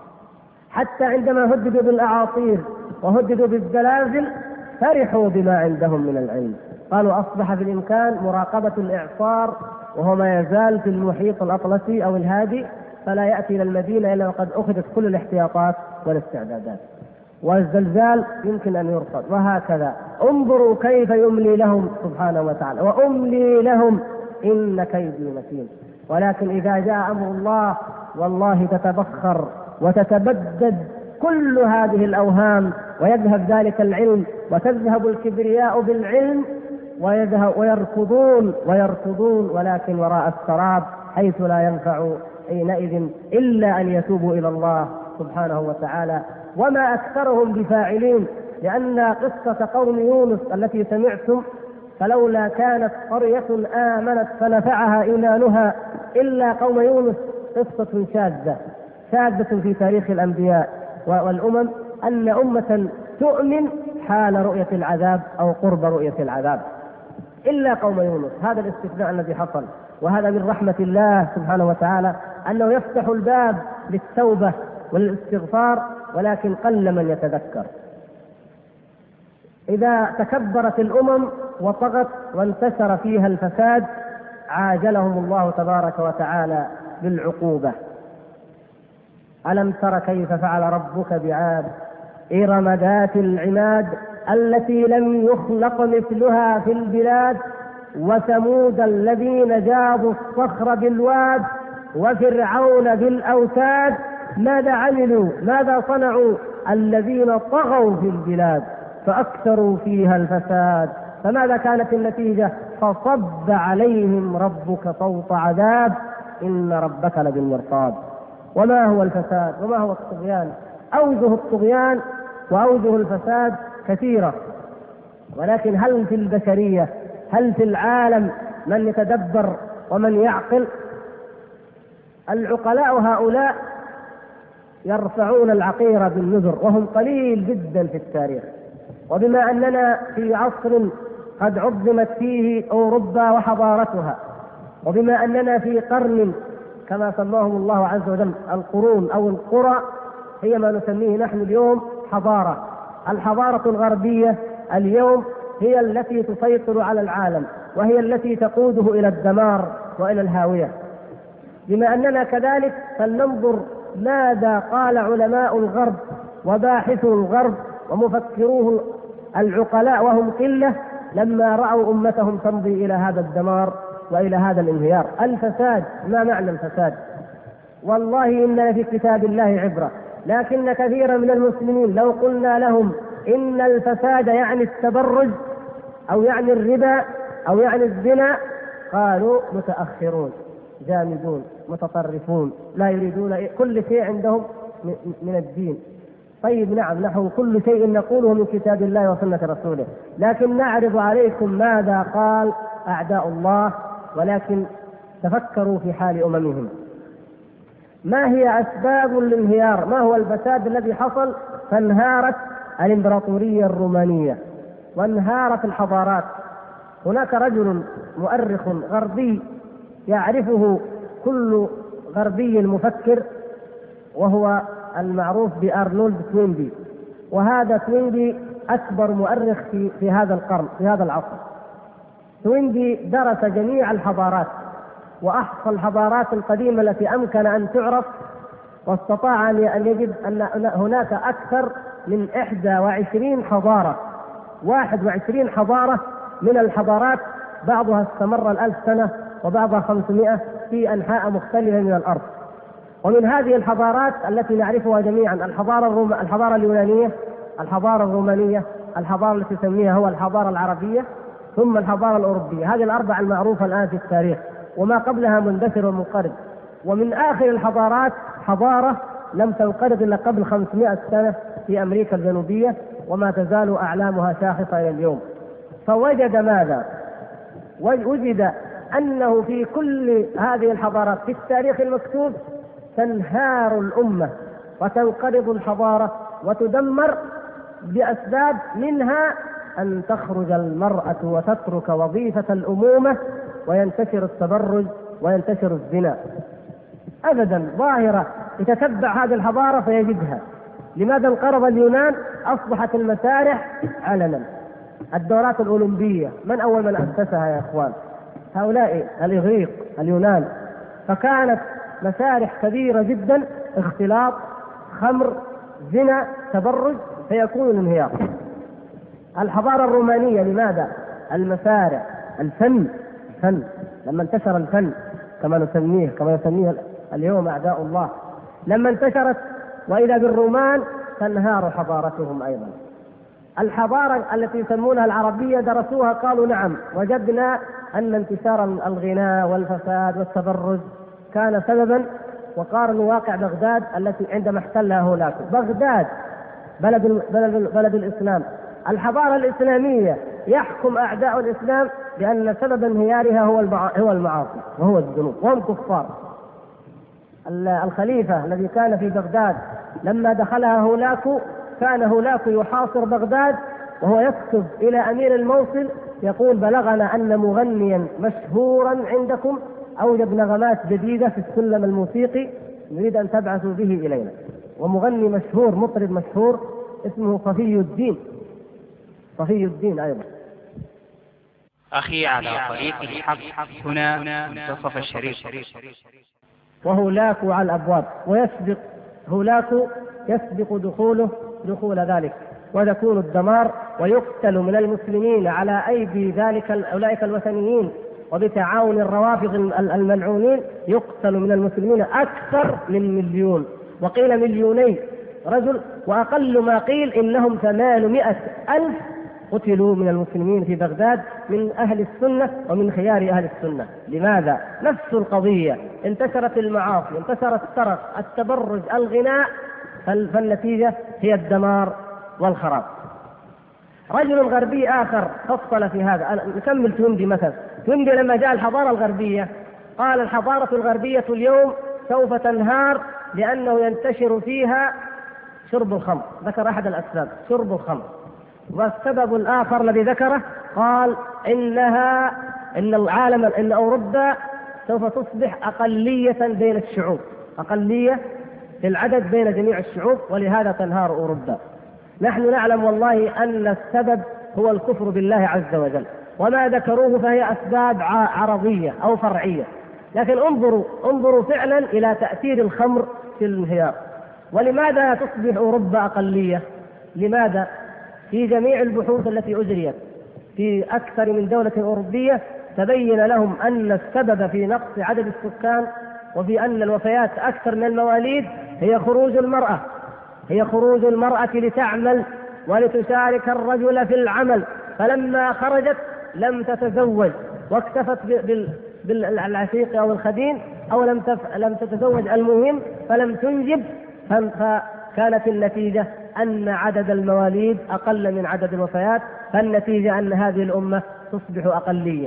حتى عندما هددوا بالأعاصير وهددوا بالزلازل فرحوا بما عندهم من العلم. قالوا أصبح بالإمكان مراقبة الإعصار وهو ما يزال في المحيط الأطلسي أو الهادي، فلا يأتي إلى المدينة إلا وقد أخذت كل الاحتياطات والاستعدادات، والزلزال يمكن أن يرصد، وهكذا. انظروا كيف يملي لهم سبحانه وتعالى، وأملي لهم إن كيدي متين. ولكن إذا جاء أمر الله والله تتبخر وتتبدد كل هذه الأوهام ويذهب ذلك العلم، وتذهب الكبرياء بالعلم ويذهب ويركضون ويركضون ولكن وراء السراب، حيث لا ينفع حينئذ إلا أن يتوبوا إلى الله سبحانه وتعالى. وما أكثرهم بفاعلين، لأن قصة قوم يونس التي سمعتم فلولا كانت قرية آمنت فنفعها إيمانها إلا قوم يونس، قصة شاذة شاذة في تاريخ الأنبياء والأمم، أن أمة تؤمن حال رؤية العذاب أو قرب رؤية العذاب إلا قوم يونس. هذا الاستثناء الذي حصل، وهذا من رحمة الله سبحانه وتعالى أنه يفتح الباب للتوبة والاستغفار، ولكن قل من يتذكر. إذا تكبرت الأمم وطغت وانتشر فيها الفساد عاجلهم الله تبارك وتعالى بالعقوبة. ألم تر كيف فعل ربك بعاد إرم ذات العماد التي لم يخلق مثلها في البلاد وثمود الذين جابوا الصخر بالواد وفرعون بالأوتاد ماذا عملوا ماذا صنعوا الذين طغوا في البلاد فأكثروا فيها الفساد فماذا كانت النتيجة فصب عليهم ربك صوت عذاب إن ربك لبالمرصاد. وما هو الفساد وما هو الطغيان؟ أوجه الطغيان وأوجه الفساد كثيرة، ولكن هل في البشرية هل في العالم من يتدبر ومن يعقل؟ العقلاء هؤلاء يرفعون العقيرة بالنذر وهم قليل جدا في التاريخ. وبما أننا في عصر قد عظمت فيه أوروبا وحضارتها، وبما أننا في قرن كما سماهم الله عز وجل القرون أو القرى، هي ما نسميه نحن اليوم حضارة. الحضارة الغربية اليوم هي التي تسيطر على العالم، وهي التي تقوده إلى الدمار وإلى الهاوية. بما أننا كذلك فلننظر ماذا قال علماء الغرب وباحثو الغرب ومفكروه العقلاء وهم قلة لما رأوا أمتهم تمضي إلى هذا الدمار وإلى هذا الانهيار. الفساد، ما معنى الفساد؟ والله إن في كتاب الله عبرة، لكن كثيرا من المسلمين لو قلنا لهم إن الفساد يعني التبرج أو يعني الربا أو يعني الزنا قالوا متأخرون جامدون متطرفون لا يريدون كل شيء عندهم من الدين. طيب نعم، نحن كل شيء نقوله من كتاب الله وسنة رسوله، لكن نعرض عليكم ماذا قال أعداء الله، ولكن تفكروا في حال أممهم. ما هي أسباب الانهيار؟ ما هو الفساد الذي حصل؟ فانهارت الإمبراطورية الرومانية وانهارت الحضارات. هناك رجل مؤرخ غربي يعرفه كل غربي مفكر، وهو المعروف بأرنولد توينبي، وهذا توينبي أكبر مؤرخ في, في هذا القرن في هذا العصر. توينبي درس جميع الحضارات وأحصى الحضارات القديمة التي أمكن أن تعرف، واستطاع أن يجد أن هناك أكثر من إحدى وعشرين حضارة واحد وعشرين حضارة من الحضارات، بعضها استمر الألف سنة وبعضها خمسمائة في أنحاء مختلفة من الأرض. ومن هذه الحضارات التي نعرفها جميعا الحضارة الروم... الحضارة اليونانية، الحضارة الرومانية، الحضارة التي تسميها هو الحضارة العربية، ثم الحضارة الأوروبية. هذه الأربعة المعروفة الآن في التاريخ، وما قبلها مندثر ومنقرض. ومن آخر الحضارات حضارة لم تنقرض إلا قبل خمسمائة سنة في أمريكا الجنوبية، وما تزال أعلامها شاخصة إلى اليوم. فوجد ماذا؟ وجد أنه في كل هذه الحضارات في التاريخ المكتوب تنهار الأمة وتنقرض الحضارة وتدمر بأسباب، منها أن تخرج المرأة وتترك وظيفة الأمومة وينتشر التبرج وينتشر الزنا. أبدا ظاهرة يتتبع هذه الحضارة فيجدها. لماذا انقرض اليونان؟ أصبحت المسارح علنا. الدورات الأولمبية من أول من أسسها يا إخوان؟ هؤلاء الإغريق اليونان. فكانت مسارح كبيرة جدا، اختلاط، خمر، زنا، تبرج، فيكون الانهيار. الحضارة الرومانية لماذا؟ المسارح، الفن، فن. لما انتشر الفن كما نسميه كما يسميه اليوم أعداء الله، لما انتشرت وإذا بالرومان تنهار حضارتهم أيضا. الحضارة التي يسمونها العربية درسوها قالوا نعم وجدنا أن انتشار الغناء والفساد والتبرج كان سببا، وقارنوا واقع بغداد التي عندما احتلها هولاكو. بغداد بلد, بلد, بلد الإسلام، الحضارة الإسلامية يحكم أعداء الإسلام بأن سبب انهيارها هو هو المعاصي وهو الذنوب وهم كفار. الخليفة الذي كان في بغداد لما دخلها هولاكو كان هولاكو يحاصر بغداد وهو يكتب إلى أمير الموصل يقول بلغنا أن مغنيا مشهورا عندكم أوجد نغمات جديدة في السلم الموسيقي نريد أن تبعثوا به إلينا. ومغني مشهور مطرب مشهور اسمه صفي الدين، صفي الدين أيضا. أخي على طريق الحق هنا منتصف الشريف. وهولاكو على الأبواب، ويسبق هولاكو يسبق دخوله دخول ذلك، ويكون الدمار ويقتل من المسلمين على أيدي ذلك أولئك الوثنيين، وبتعاون الروافض الملعونين يقتل من المسلمين أكثر من مليون، وقيل مليوني رجل، وأقل ما قيل إنهم ثمانمائة ألف قتلوا من المسلمين في بغداد من أهل السنة ومن خيار أهل السنة. لماذا؟ نفس القضية، انتشرت المعاصي، انتشر السرقة، التبرج، الغناء، فالنتيجة هي الدمار والخراب. رجل غربي آخر فصل في هذا، نكمل توندي مثلا. توندي لما جاء الحضارة الغربية قال الحضارة الغربية اليوم سوف تنهار لأنه ينتشر فيها شرب الخمر، ذكر أحد الأسباب شرب الخمر. والسبب الآخر الذي ذكره قال إنها إن العالم إن أوروبا سوف تصبح أقلية بين الشعوب، أقلية في العدد بين جميع الشعوب، ولهذا تنهار أوروبا. نحن نعلم والله أن السبب هو الكفر بالله عز وجل، وما ذكروه فهي أسباب عرضية أو فرعية، لكن انظروا انظروا فعلا إلى تأثير الخمر في الانهيار. ولماذا تصبح أوروبا أقلية؟ لماذا؟ في جميع البحوث التي أجريت في أكثر من دولة أوروبية تبين لهم أن السبب في نقص عدد السكان وفي أن الوفيات أكثر من المواليد هي خروج المرأة، هي خروج المرأة لتعمل ولتشارك الرجل في العمل، فلما خرجت لم تتزوج واكتفت بالعشيق أو الخدين أو لم لم تتزوج، المهم فلم تنجب، فكانت النتيجة أن عدد المواليد أقل من عدد الوفيات، فالنتيجة أن هذه الأمة تصبح أقلية.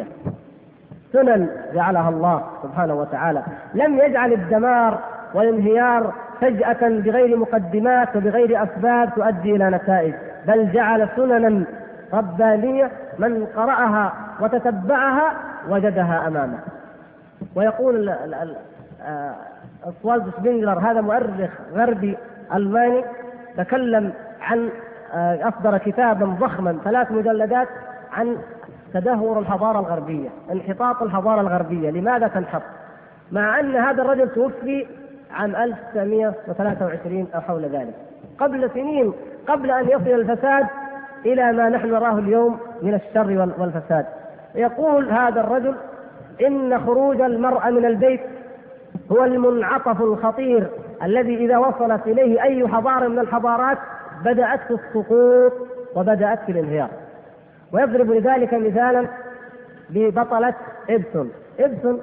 سنن جعلها الله سبحانه وتعالى، لم يجعل الدمار والانهيار فجأة بغير مقدمات وبغير أسباب تؤدي إلى نتائج، بل جعل سننا ربانية من قرأها وتتبعها وجدها أمامه. ويقول أسوالد سبينجلر هذا مؤرخ غربي ألماني تكلم عن أصدر كتابا ضخما ثلاث مجلدات عن تدهور الحضارة الغربية، انحطاط الحضارة الغربية، لماذا تنحط؟ مع أن هذا الرجل توفي عام ألف وتسعمائة وثلاثة وعشرين أو حول ذلك، قبل سنين، قبل أن يصل الفساد إلى ما نحن نراه اليوم من الشر والفساد. يقول هذا الرجل إن خروج المرأة من البيت هو المنعطف الخطير الذي إذا وصلت إليه أي حضارة من الحضارات بدأت في السقوط وبدأت في الانهيار. ويضرب لذلك مثالا ببطلة إبسون. إبسون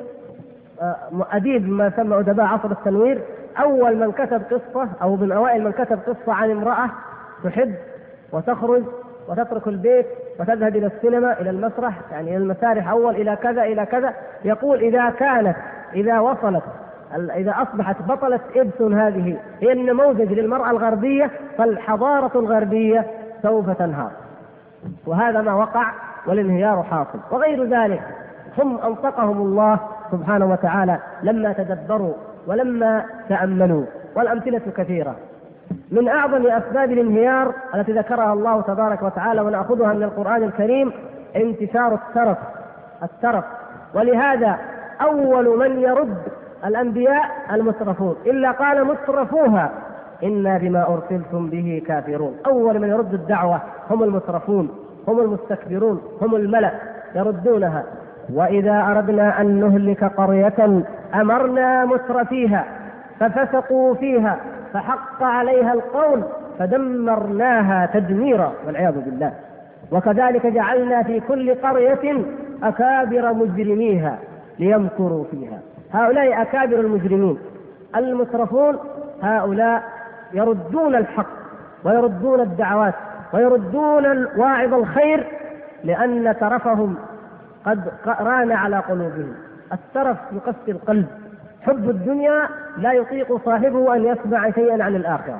أديب ما يسمى أدباء عصر التنوير، أول من كتب قصة أو من أوائل من كتب قصة عن امرأة تحب وتخرج وتترك البيت وتذهب إلى السينما إلى المسرح، يعني إلى المسارح أول إلى كذا إلى كذا. يقول إذا كانت إذا وصلت إذا أصبحت بطلة إبسون هذه هي النموذج للمرأة الغربية فالحضارة الغربية سوف تنهار، وهذا ما وقع والانهيار حاصل. وغير ذلك هم أنطقهم الله سبحانه وتعالى لما تدبروا ولما تأملوا، والأمثلة كثيرة. من أعظم أسباب الانهيار التي ذكرها الله تبارك وتعالى ونأخذها من القرآن الكريم انتشار الترف الترف ولهذا أول من يرد الأنبياء المترفون، إلا قال مترفوها إنا بما أرسلتم به كافرون. أول من يرد الدعوة هم المترفون، هم المستكبرون، هم الملأ يردونها. وإذا أردنا أن نهلك قرية أمرنا مترفيها ففسقوا فيها فحق عليها القول فدمرناها تدميرا والعياذ بالله. وكذلك جعلنا في كل قرية أكابر مجرميها ليمكروا فيها. هؤلاء أكابر المجرمين المسرفون، هؤلاء يردون الحق ويردون الدعوات ويردون واعظ الخير، لأن ترفهم قد ران على قلوبهم. الترف يقسي القلب، حب الدنيا لا يطيق صاحبه أن يسمع شيئا عن الآخرة.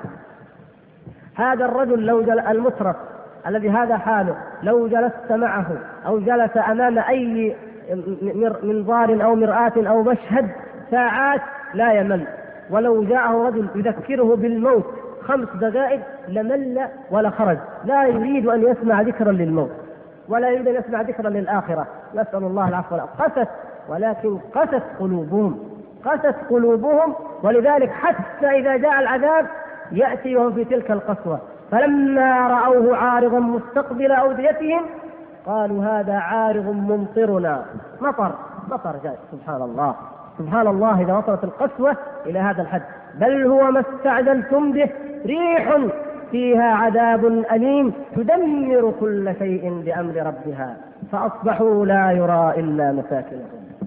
هذا الرجل لو جل المترف الذي هذا حاله، لو جلست معه أو جلس أمام أي منظار أو مرآة أو مشهد ساعات لا يمل، ولو جاءه رجل يذكره بالموت خمس دقائق لمل ولا خرج، لا يريد أن يسمع ذكرا للموت ولا يريد أن يسمع ذكرا للآخرة، نسأل الله العفو والعافية. قست، ولكن قست قلوبهم، قست قلوبهم، ولذلك حتى إذا جاء العذاب يأتي وهم في تلك القسوة. فلما رأوه عارضا مستقبل أوديتهم قالوا هذا عارض ممطرنا، مطر مطر جاء. سبحان الله سبحان الله، إذا وصلت القسوة إلى هذا الحد. بل هو ما استعجلتم به ريح فيها عذاب أليم تدمر كل شيء بأمر ربها فأصبحوا لا يرى إلا مساكنهم.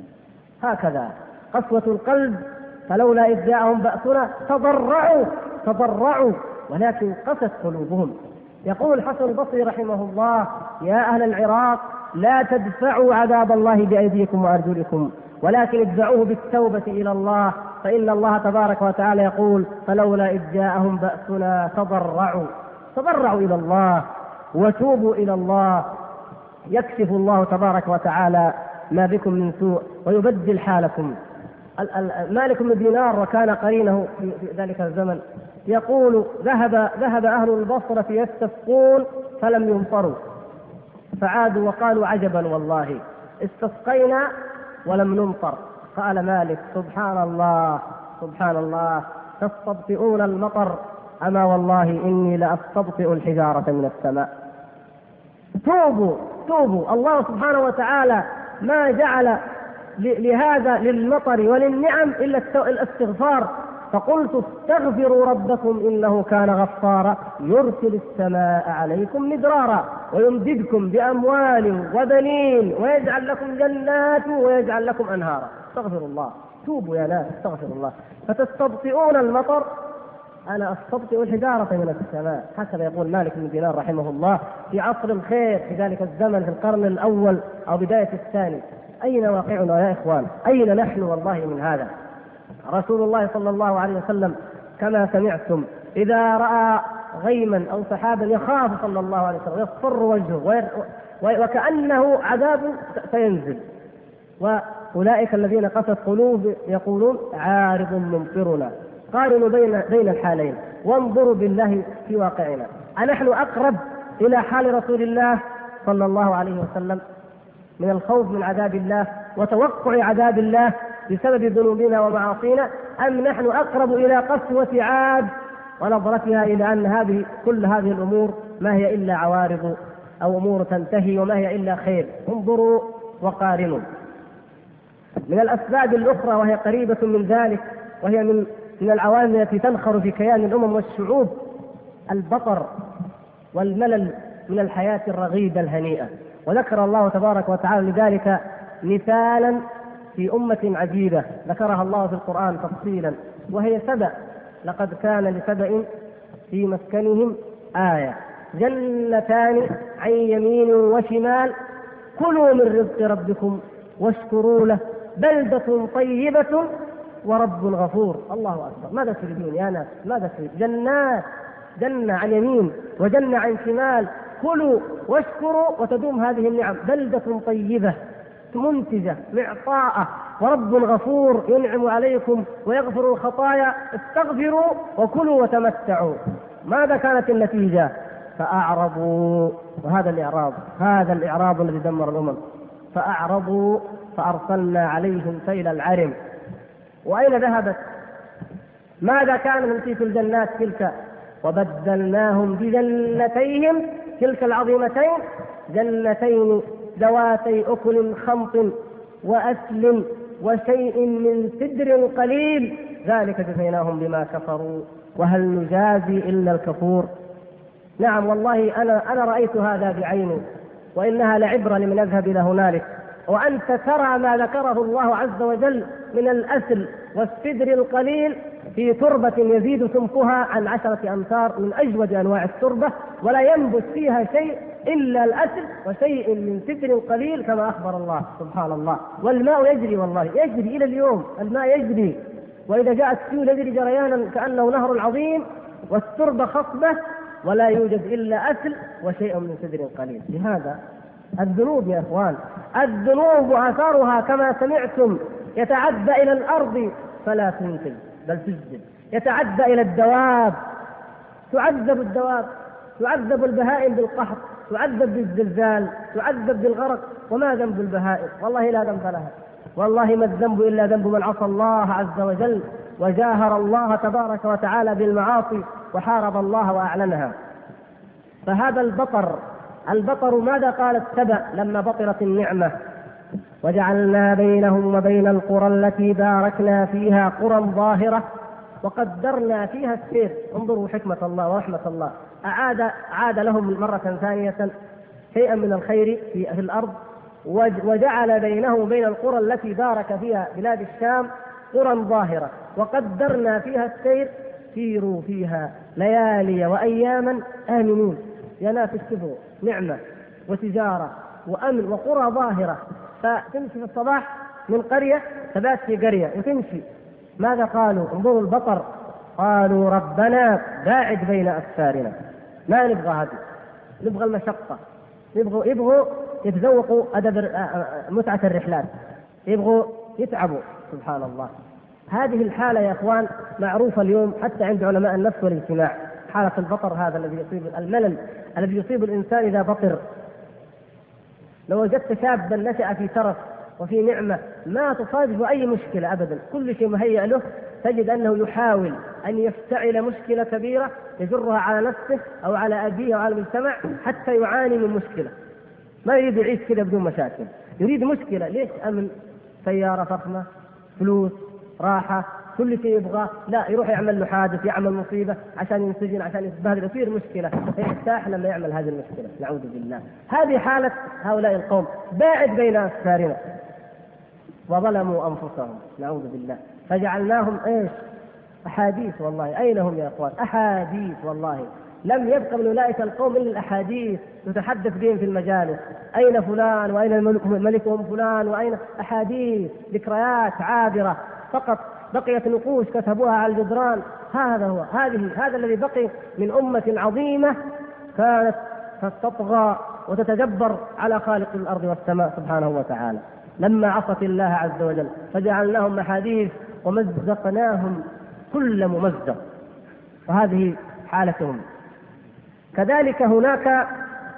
هكذا قسوة القلب. فلولا إذ جاءهم بأسنا تضرعوا تضرعوا ولكن قست قلوبهم. يقول الحسن البصري رحمه الله: يا أهل العراق لا تدفعوا عذاب الله بأيديكم وأرجلكم، ولكن ادفعوه بالتوبة إلى الله، فإن الله تبارك وتعالى يقول: فلولا إذ جاءهم بأسنا تضرعوا تضرعوا إلى الله وتوبوا إلى الله، يكشف الله تبارك وتعالى ما بكم من سوء ويبدل حالكم. مالك بن دينار وكان قرينه في ذلك الزمن يقول: ذهب ذهب أهل البصرة يستسقون فلم يمطروا، فعادوا وقالوا: عجبا والله استسقينا ولم نمطر. قال مالك: سبحان الله سبحان الله، تستبطئون المطر، أما والله إني لأستبطئ الحجارة من السماء. توبوا توبوا. الله سبحانه وتعالى ما جعل لهذا للمطر وللنعم إلا الاستغفار. فقلت: استغفروا ربكم إنه كان غفارا يرسل السماء عليكم مدرارا ويمددكم بأموال وبنين ويجعل لكم جنات ويجعل لكم أنهارا. استغفروا الله، توبوا يا ناس، استغفروا الله. فتستبطئون المطر، أنا أستبطئ الحجارة من السماء. هكذا يقول مالك بن دينار رحمه الله في عصر الخير في ذلك الزمن في القرن الأول أو بداية الثاني. أين واقعنا يا إخوان؟ أين نحن والله من هذا؟ رسول الله صلى الله عليه وسلم كما سمعتم إذا رأى غيما أو سحابا يخاف صلى الله عليه وسلم يصفر وجهه وكأنه عذاب سينزل. وأولئك الذين قست قلوب يقولون: عارض ممطرنا. قارنوا بين بين الحالين وانظروا بالله في واقعنا. أنحن أقرب إلى حال رسول الله صلى الله عليه وسلم من الخوف من عذاب الله وتوقع عذاب الله بسبب ذنوبنا ومعاصينا، أم نحن أقرب إلى قسوة عاد ونظرتها إلى أن هذه كل هذه الأمور ما هي إلا عوارض أو أمور تنتهي وما هي إلا خير؟ انظروا وقارنوا. من الأسباب الأخرى وهي قريبة من ذلك، وهي من من العوامل التي تنخر في كيان الأمم والشعوب: البطر والملل من الحياة الرغيدة الهنيئة. وذكر الله تبارك وتعالى لذلك مثالا في أمة عجيبة ذكرها الله في القرآن تفصيلا، وهي سبأ. لقد كان لسبأ في مسكنهم آية، جنتان عن يمين وشمال، كلوا من رزق ربكم واشكروا له بلدة طيبة ورب غفور. الله أكبر. ماذا تريدون يا ناس؟ ماذا تريدون؟ جنات، جنة عن يمين وجنة عن شمال، كلوا واشكروا وتدوم هذه النعم. بلدة طيبة منتجة معطاءة ورب غفور ينعم عليكم ويغفر الخطايا، استغفروا وكلوا وتمتعوا. ماذا كانت النتيجة؟ فأعرضوا. وهذا الإعراض، هذا الإعراض الذي دمر الأمم. فأعرضوا فأرسلنا عليهم سيل العرم. وأين ذهبت؟ ماذا كان من تلك الجنات تلك؟ وبدلناهم بجنتيهم تلك العظيمتين جنتين ذواتي أكل خمط وأسل وشيء من سدر قليل، ذلك جزيناهم بما كفروا وهل نجازي إلا الكفور؟ نعم والله أنا أنا رأيت هذا بعيني، وإنها لعبرة لمن يذهب إلى هنالك. وأنت ترى ما ذكره الله عز وجل من الأسل والسدر القليل في تربة يزيد سمكها عن عشرة أمتار من أجود أنواع التربة، ولا ينبت فيها شيء إلا الأسل وشيء من سدر قليل كما أخبر الله سبحان الله. والماء يجري، والله يجري إلى اليوم، الماء يجري، وإذا جاءت سيول يجري جريانا كأنه نهر عظيم، والتربة خصبة ولا يوجد إلا أسل وشيء من سدر قليل. لهذا الذنوب يا إخوان، الذنوب آثارها كما سمعتم يتعدى إلى الأرض فلا تنقذ بل تسجد، يتعدى إلى الدواب، تعذب الدواب، تعذب البهائم بالقحط، تعذب بالزلزال، تعذب بالغرق. وما ذنب البهائم؟ والله لا ذنب لها، والله ما الذنب إلا ذنب من عصى الله عز وجل وجاهر الله تبارك وتعالى بالمعاصي وحارب الله وأعلنها. فهذا البطر البطر ماذا قالت سبأ لما بطرت النعمة؟ وجعلنا بينهم وبين القرى التي باركنا فيها قرى ظاهرة وقدرنا فيها السير. انظروا حكمة الله ورحمة الله، أعاد عاد لهم مرة ثانية شيئا من الخير في الأرض، وجعل بينهم وبين القرى التي بارك فيها بلاد الشام قرى ظاهرة وقدرنا فيها السير سيروا فيها ليالي وأياما آمنين. يا ناس اشتفوا نعمة وتجارة وأمن وقرى ظاهرة، فتمشي في الصباح من قرية تبات في قرية وتمشي. ماذا قالوا؟ انظروا البطر، قالوا ربنا باعد بين أسفارنا، ما نبغى هذه، نبغى المشقة، يبغوا يبغوا يتذوقوا أدب متعة الرحلات، يبغوا يتعبوا. سبحان الله. هذه الحالة يا إخوان معروفة اليوم حتى عند علماء النفس والاجتماع، حالة البطر، هذا الذي يصيب الملل الذي يصيب الإنسان إذا بطر. لو وجدت شابا نشأ في ترف وفي نعمة ما تصادف أي مشكلة أبدا، كل شيء مهيأ له، تجد أنه يحاول أن يفتعل مشكلة كبيرة يجرها على نفسه أو على أبيه أو على المجتمع حتى يعاني من مشكلة. ما يريد يعيش كذا بدون مشاكل، يريد مشكلة. ليش؟ أمن، سيارة فخمة، فلوس، راحة، كل شيء يبغاه. لا، يروح يعمل له حادث، يعمل مصيبة عشان ينسجن، عشان يتبهدل، يصير مشكلة، يرتاح لما يعمل هذه المشكلة. نعوذ بالله. هذه حالة هؤلاء القوم، باعد بين أسفارنا وظلموا أنفسهم. نعوذ بالله. فجعلناهم إيش؟ أحاديث. والله أين هم يا أخوان؟ أحاديث. والله لم يبق من أولئك القوم إلا الأحاديث نتحدث بهم في المجالس. أين فلان وأين الملك ملكهم فلان وأين أحاديث، ذكريات عابرة فقط، بقيت نقوش كتبوها على الجدران. هذا هو هذه هذا الذي بقي من أمة عظيمة كانت تطغى وتتجبر على خالق الأرض والسماء سبحانه وتعالى لما عصت الله عز وجل، فجعلناهم أحاديث ومزقناهم كل ممزق. وهذه حالتهم. كذلك هناك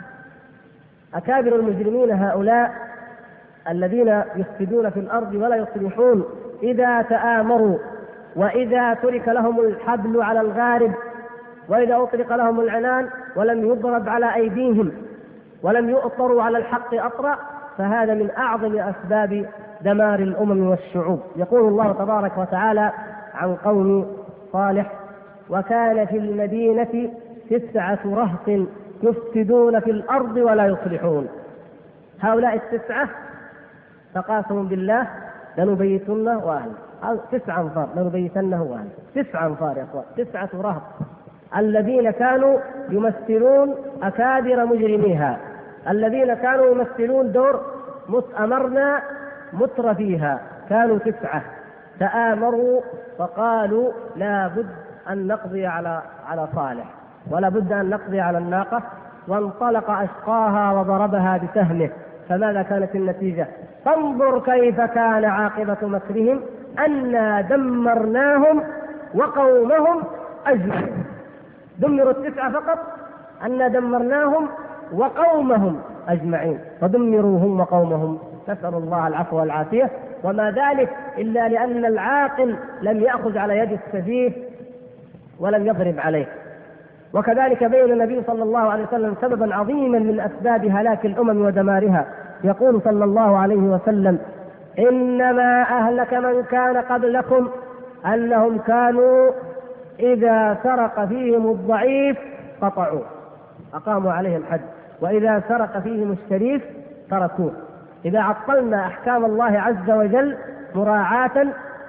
أكابر المجرمين هؤلاء الذين يفسدون في الأرض ولا يصلحون، إذا تآمروا وإذا ترك لهم الحبل على الغارب وإذا أطلق لهم العنان ولم يضرب على أيديهم ولم يؤطروا على الحق أطرا، فهذا من أعظم أسباب دمار الأمم والشعوب. يقول الله تبارك وتعالى عن قوم صالح: وكان في المدينة تسعة رهط يفسدون في الأرض ولا يصلحون. هؤلاء التسعة تقاسموا بالله لنبيتنه وأهله، تسعة أنفار لنبيتنه وأهله، تسعة أنفار يا أخوان، تسعة رهط الذين كانوا يمثلون أكابر مجرميها، الذين كانوا يمثلون دور أمرنا متر فيها، كانوا تسعة تآمروا فقالوا لا بد أن نقضي على على صالح ولا بد أن نقضي على الناقة، وانطلق أشقاها وضربها بسهمه. فماذا كانت النتيجة؟ فانظر كيف كان عاقبة مكرهم أنا دمرناهم وقومهم أجمعين. دمروا التسعة فقط، أنا دمرناهم وقومهم أجمعين، فدمروا هم وقومهم. نسأل الله العفو والعافية. وما ذلك إلا لأن العاقل لم يأخذ على يد السفيه ولم يضرب عليه. وكذلك بين النبي صلى الله عليه وسلم سببا عظيما من أسباب هلاك الأمم ودمارها. يقول صلى الله عليه وسلم: إنما أهلك من كان قبلكم أنهم كانوا إذا سرق فيهم الضعيف قطعوه أقاموا عليه الحد، وإذا سرق فيهم الشريف تركوه. إذا عطلنا أحكام الله عز وجل مراعاة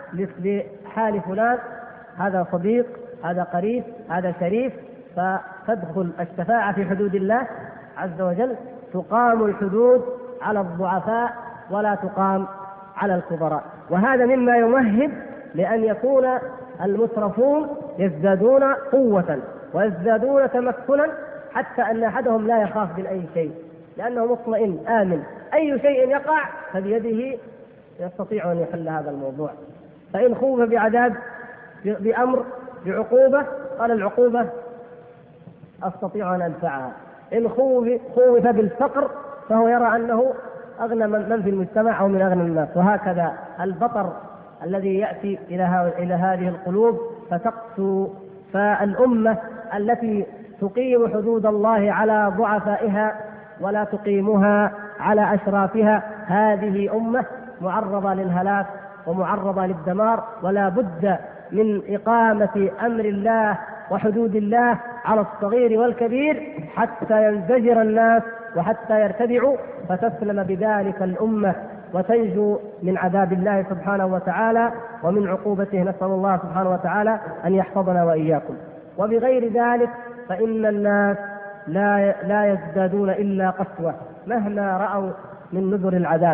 لحال فلان، هذا صديق، هذا قريب، هذا شريف، فتدخل الشفاعة في حدود الله عز وجل. تقام الحدود على الضعفاء ولا تقام على الكبراء، وهذا مما يمهد لأن يكون المترفون يزدادون قوة ويزدادون تمكنا، حتى أن أحدهم لا يخاف من أي شيء لأنه مطمئن آمن، أي شيء يقع فبيده يستطيع أن يحل هذا الموضوع. فإن خوف بعذاب بأمر بعقوبة قال العقوبة أستطيع أن أدفعها. إن خوف خوف بالفقر فهو يرى أنه أغنى من في المجتمع أو من أغنى الناس. وهكذا البطر الذي يأتي إلى إلى هذه القلوب فتقسو. فالأمة التي تقيم حدود الله على ضعفائها ولا تقيمها على أشرافها هذه أمة معرضة للهلاك ومعرضة للدمار، ولا بد من إقامة أمر الله وحدود الله على الصغير والكبير حتى ينزجر الناس وحتى يرتدعوا، فتسلم بذلك الأمة وتنجو من عذاب الله سبحانه وتعالى ومن عقوبته. نسأل الله سبحانه وتعالى أن يحفظنا وإياكم. وبغير ذلك فإن الناس لا لا يزدادون إلا قسوة مهما رأوا من نذر العذاب.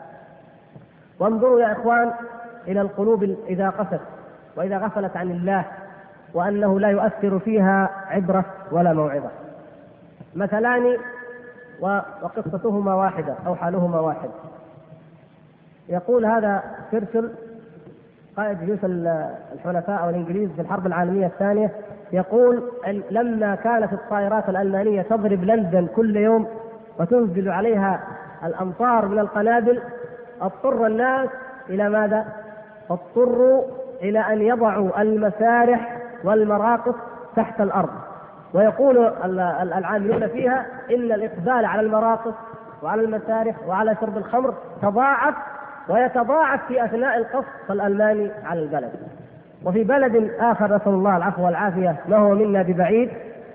وانظروا يا إخوان إلى القلوب إذا قست وإذا غفلت عن الله، وأنه لا يؤثر فيها عبرة ولا موعظة. مثلان وقصتهما واحدة أو حالهما واحد. يقول هذا تشرشل قائد جيوش الحلفاء والإنجليز في الحرب العالمية الثانية، يقول لما كانت الطائرات الألمانية تضرب لندن كل يوم وتنزل عليها الأمطار من القنابل، اضطر الناس إلى ماذا؟ اضطروا إلى أن يضعوا المسارح والمراقص تحت الأرض. ويقول العاملون فيها إن الإقبال على المراقص وعلى المسارح وعلى شرب الخمر تضاعف ويتضاعف في أثناء القصف الألماني على البلد. وفي بلد آخر نسأل الله العفو والعافية ما هو منا ببعيد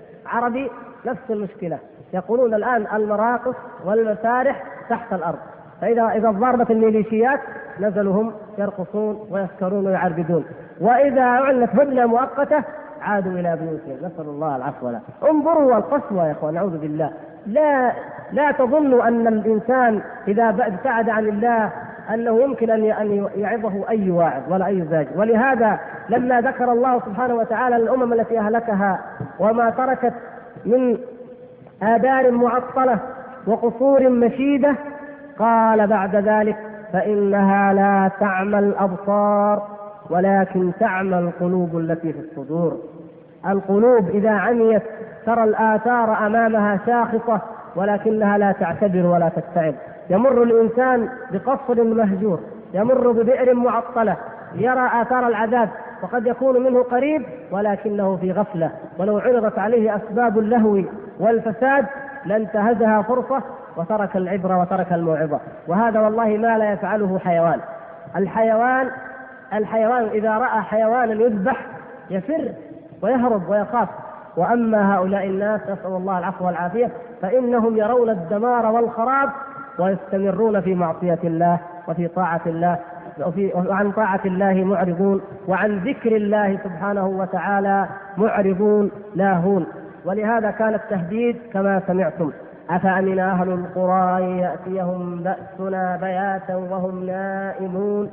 عربي نفس المشكلة، يقولون الآن المراقص والمسارح تحت الأرض، فإذا إذا ضربت الميليشيات نزلوا هم يرقصون ويسكرون ويعربدون، وإذا أعلنت هدنة مؤقتة عادوا إلى بيوتهم. نسأل الله العفو والعافية. انظروا القسوة يا إخوان، نعوذ بالله. لا لا تظنوا أن الإنسان إذا ابتعد عن الله أنه يمكن أن يعظه أي واعظ ولا أي زاجر. ولهذا لما ذكر الله سبحانه وتعالى الأمم التي أهلكها وما تركت من آدار معطلة وقصور مشيدة، قال بعد ذلك فإنها لا تعمى الأبصار ولكن تعمى القلوب التي في الصدور. القلوب إذا عميت ترى الآثار أمامها شاخصة ولكنها لا تعتبر ولا تتعب. يمر الإنسان بقصر مهجور، يمر ببئر معطلة، يرى آثار العذاب وقد يكون منه قريب ولكنه في غفلة، ولو عرضت عليه أسباب اللهو والفساد لانتهزها فرصة وترك العبرة وترك الموعظة. وهذا والله ما لا يفعله حيوان. الحيوان الحيوان إذا رأى حيوانا يذبح يفر ويهرب ويخاف، وأما هؤلاء الناس نسأل الله العفو والعافية فإنهم يرون الدمار والخراب ويستمرون في معصية الله وفي طاعة الله، وفي وعن طاعة الله معرضون، وعن ذكر الله سبحانه وتعالى معرضون لاهون. ولهذا كان التهديد كما سمعتم: أفأمن أهل القرى أن يأتيهم بأسنا بياتا وهم نائمون.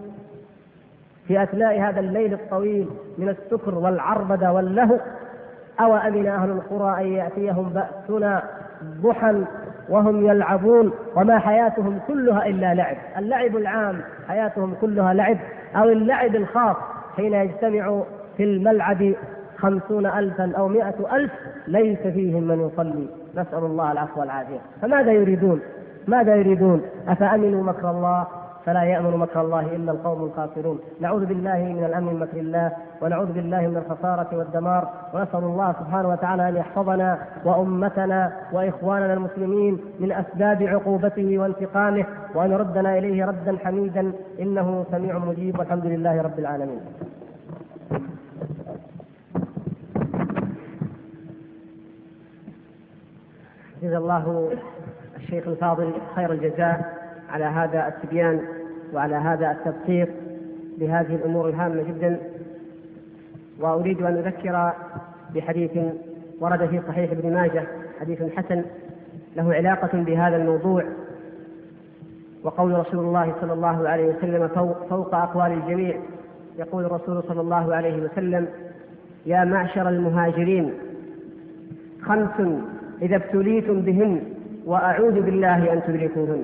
في أثناء هذا الليل الطويل من السكر والعربدة واللهو، أو أمن أهل القرى أن يأتيهم بأسنا ضحى وهم يلعبون، وما حياتهم كلها إلا لعب. اللعب العام حياتهم كلها لعب، أو اللعب الخاص حين يجتمع في الملعب خمسون ألفا أو مئة ألف ليس فيهم من يصلي. نسأل الله العفو والعافية. فماذا يريدون؟ ماذا يريدون؟ أفأمنوا مكر الله فلا يأمن مكر الله إلا القوم الخاسرون. نعوذ بالله من الأمن من مكر الله، ونعوذ بالله من الخسارة والدمار، ونسأل الله سبحانه وتعالى أن يحفظنا وأمتنا وإخواننا المسلمين من أسباب عقوبته وانتقامه، وأن يردنا إليه ردا حميدا إنه سميع مجيب، والحمد لله رب العالمين. جزا الله الشيخ الفاضل خير الجزاء على هذا التبيان وعلى هذا التدقيق بهذه الأمور الهامة جدا. وأريد أن أذكر بحديث ورد في صحيح ابن ماجه، حديث حسن له علاقة بهذا الموضوع، وقول رسول الله صلى الله عليه وسلم فوق أقوال الجميع. يقول الرسول صلى الله عليه وسلم: يا معشر المهاجرين خمس إذا ابتليتم بهن وأعوذ بالله أن تدركوهن.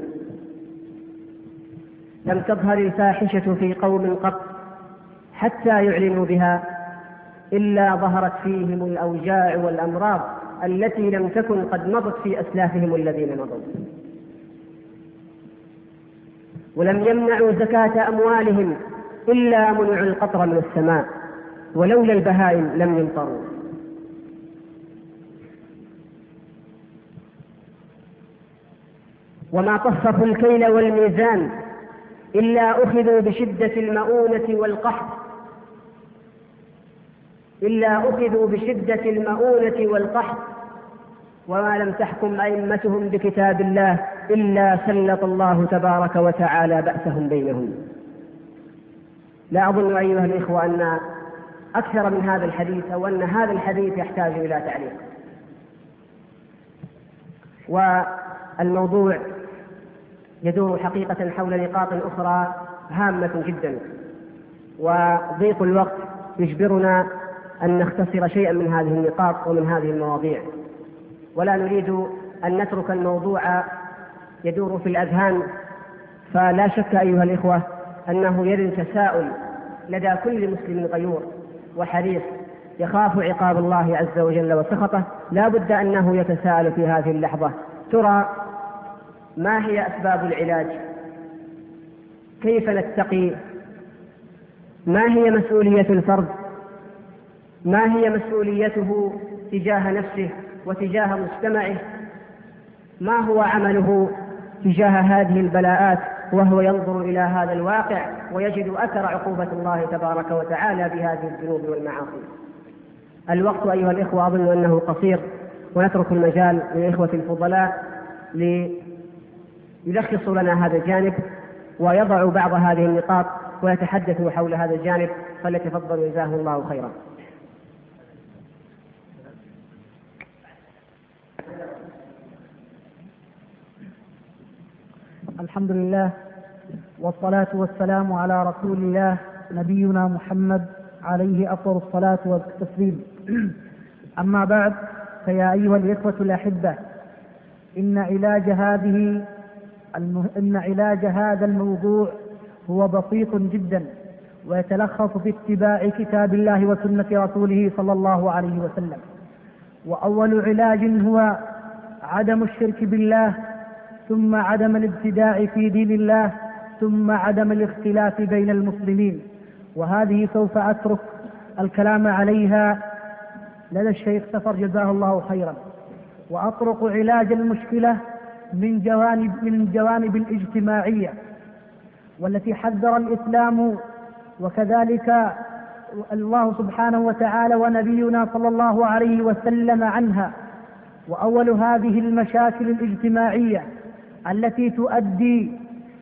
لم تظهر الفاحشة في قوم قط حتى يعلنوا بها إلا ظهرت فيهم الأوجاع والأمراض التي لم تكن قد مضت في أسلافهم الذين مضوا، ولم يمنعوا زكاة أموالهم إلا منعوا القطر من السماء، ولولا البهائم لم يمطروا. وما طففوا الكيل والميزان إلا أخذوا بشدة المؤونة والقحط إلا أخذوا بشدة المؤونة والقحط وما لم تحكم أئمتهم بكتاب الله إلا سلط الله تبارك وتعالى بأسهم بينهم. لا أظن أيها الإخوة أن أكثر من هذا الحديث أو أن هذا الحديث يحتاج إلى تعليق. والموضوع يدور حقيقة حول نقاط أخرى هامة جدا، وضيق الوقت يجبرنا أن نختصر شيئا من هذه النقاط ومن هذه المواضيع، ولا نريد أن نترك الموضوع يدور في الأذهان. فلا شك أيها الإخوة أنه يرد تساؤل لدى كل مسلم غيور وحريص يخاف عقاب الله عز وجل وسخطه، لا بد أنه يتساءل في هذه اللحظة: ترى ما هي أسباب العلاج؟ كيف نتقي؟ ما هي مسؤولية الفرد؟ ما هي مسؤوليته تجاه نفسه وتجاه مجتمعه؟ ما هو عمله تجاه هذه البلاءات وهو ينظر إلى هذا الواقع ويجد أثر عقوبة الله تبارك وتعالى بهذه الذنوب والمعاصي؟ الوقت أيها الإخوة أظن أنه قصير، ونترك المجال للإخوة الفضلاء ليلخصوا لنا هذا الجانب ويضعوا بعض هذه النقاط ويتحدثوا حول هذا الجانب، فليتفضلوا جزاهم الله خيرا. الحمد لله والصلاة والسلام على رسول الله نبينا محمد عليه أفضل الصلاة والتسليم. أما بعد، فيا أيها الإخوة الأحبة، إن علاج هذه المه... إن علاج هذا الموضوع هو بسيط جدا، ويتلخص في اتباع كتاب الله وسنة رسوله صلى الله عليه وسلم. وأول علاج هو عدم الشرك بالله، ثم عدم الابتداع في دين الله، ثم عدم الاختلاف بين المسلمين. وهذه سوف أترك الكلام عليها لدى الشيخ سفر جزاه الله خيرا، وأطرق علاج المشكلة من جوانب من الجوانب الاجتماعية والتي حذر الإسلام وكذلك الله سبحانه وتعالى ونبينا صلى الله عليه وسلم عنها. وأول هذه المشاكل الاجتماعية التي تؤدي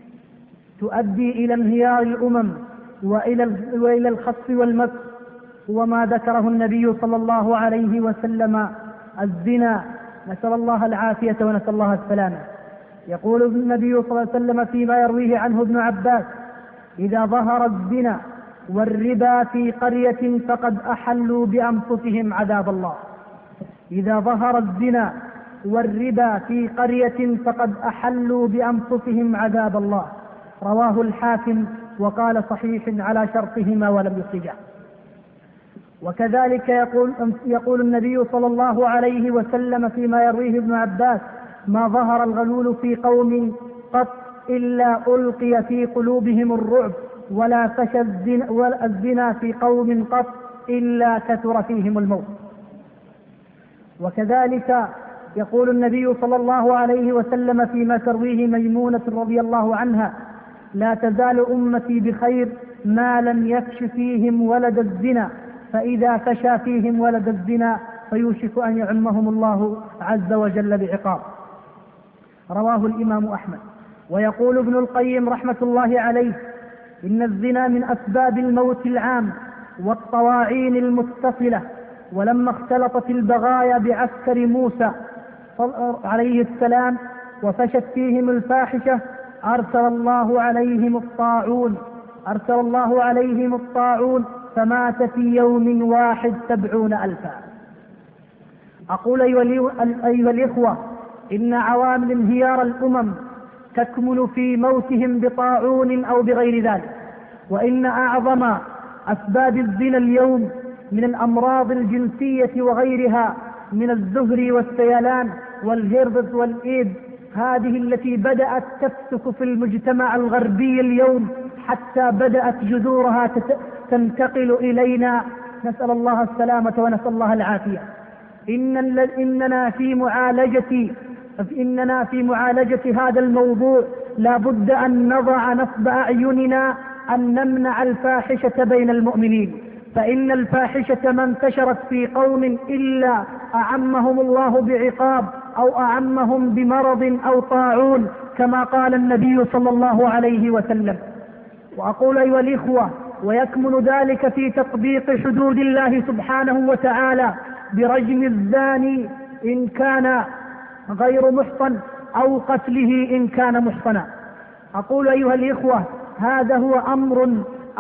تؤدي إلى انهيار الأمم وإلى وإلى الخسف والمكر هو ما ذكره النبي صلى الله عليه وسلم: الزنا. نسأل الله العافية ونسأل الله السلامة. يقول النبي صلى الله عليه وسلم فيما يرويه عنه ابن عباس: إذا ظهر الزنا والربا في قرية فقد أحلوا بأنفسهم عذاب الله. إذا ظهر الزنا والربا في قرية فقد أحلوا بأنفسهم عذاب الله. رواه الحاكم وقال صحيح على شرطهما ولم يخرجه. وكذلك يقول, يقول النبي صلى الله عليه وسلم فيما يرويه ابن عباس: ما ظهر الغلول في قوم قط إلا ألقي في قلوبهم الرعب، ولا فشى الزنا, الزنا في قوم قط إلا كثر فيهم الموت. وكذلك يقول النبي صلى الله عليه وسلم فيما ترويه ميمونة رضي الله عنها: لا تزال أمتي بخير ما لم يفش فيهم ولد الزنا، فإذا فشى فيهم ولد الزنا فيوشك أن يعمهم الله عز وجل بعقاب. رواه الإمام أحمد. ويقول ابن القيم رحمة الله عليه: إن الزنا من أسباب الموت العام والطواعين المتصلة، ولما اختلطت البغايا بعسكر موسى عليه السلام وفشت فيهم الفاحشة أرسل الله عليهم الطاعون أرسل الله عليهم الطاعون فمات في يوم واحد سبعون ألفا. أقول أيها الإخوة، إن عوامل انهيار الأمم تكمن في موتهم بطاعون أو بغير ذلك، وإن أعظم أسباب الزنا اليوم من الأمراض الجنسية وغيرها من الزهر والسيلان والهربس والإيد، هذه التي بدأت تفسك في المجتمع الغربي اليوم حتى بدأت جذورها تنتقل إلينا، نسأل الله السلامة ونسأل الله العافية. إن إننا في معالجة إننا في معالجة هذا الموضوع لا بد أن نضع نصب أعيننا أن نمنع الفاحشة بين المؤمنين، فإن الفاحشة ما انتشرت في قوم إلا أعمهم الله بعقاب أو أعمهم بمرض أو طاعون، كما قال النبي صلى الله عليه وسلم. وأقول أيها الإخوة، ويكمن ذلك في تطبيق حدود الله سبحانه وتعالى برجم الزاني إن كان غير محصن أو قتله إن كان محصنا. أقول أيها الإخوة، هذا هو أمر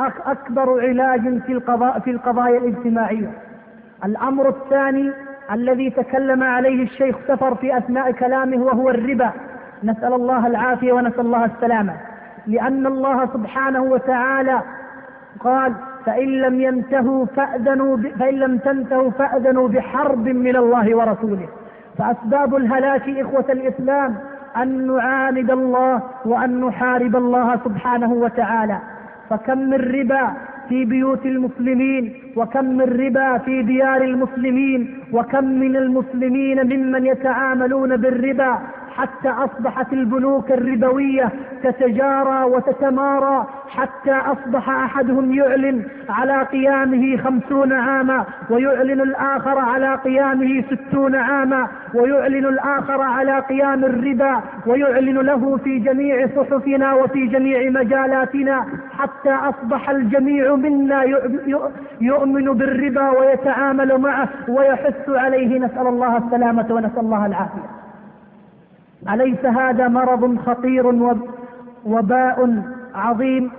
أكبر علاج في القضاء في القضايا الاجتماعية. الأمر الثاني الذي تكلم عليه الشيخ سفر في أثناء كلامه وهو الربا، نسأل الله العافية ونسأل الله السلامة، لأن الله سبحانه وتعالى قال: فإن لم ينتهوا فأذنوا ب... فإن لم تنتهوا فأذنوا بحرب من الله ورسوله. فأسباب الهلاك إخوة الإسلام أن نعاند الله وأن نحارب الله سبحانه وتعالى. فكم من ربا في بيوت المسلمين، وكم من ربا في ديار المسلمين، وكم من المسلمين ممن يتعاملون بالربا، حتى أصبحت البنوك الربوية تتجارى وتتمارى، حتى أصبح أحدهم يعلن على قيامه خمسون عاما، ويعلن الآخر على قيامه ستون عاما، ويعلن الآخر على قيام الربا، ويعلن له في جميع صحفنا وفي جميع مجالاتنا، حتى أصبح الجميع منا يؤمن بالربا ويتعامل معه ويحث عليه، نسأل الله السلامة ونسأل الله العافية. أليس هذا مرض خطير وباء عظيم؟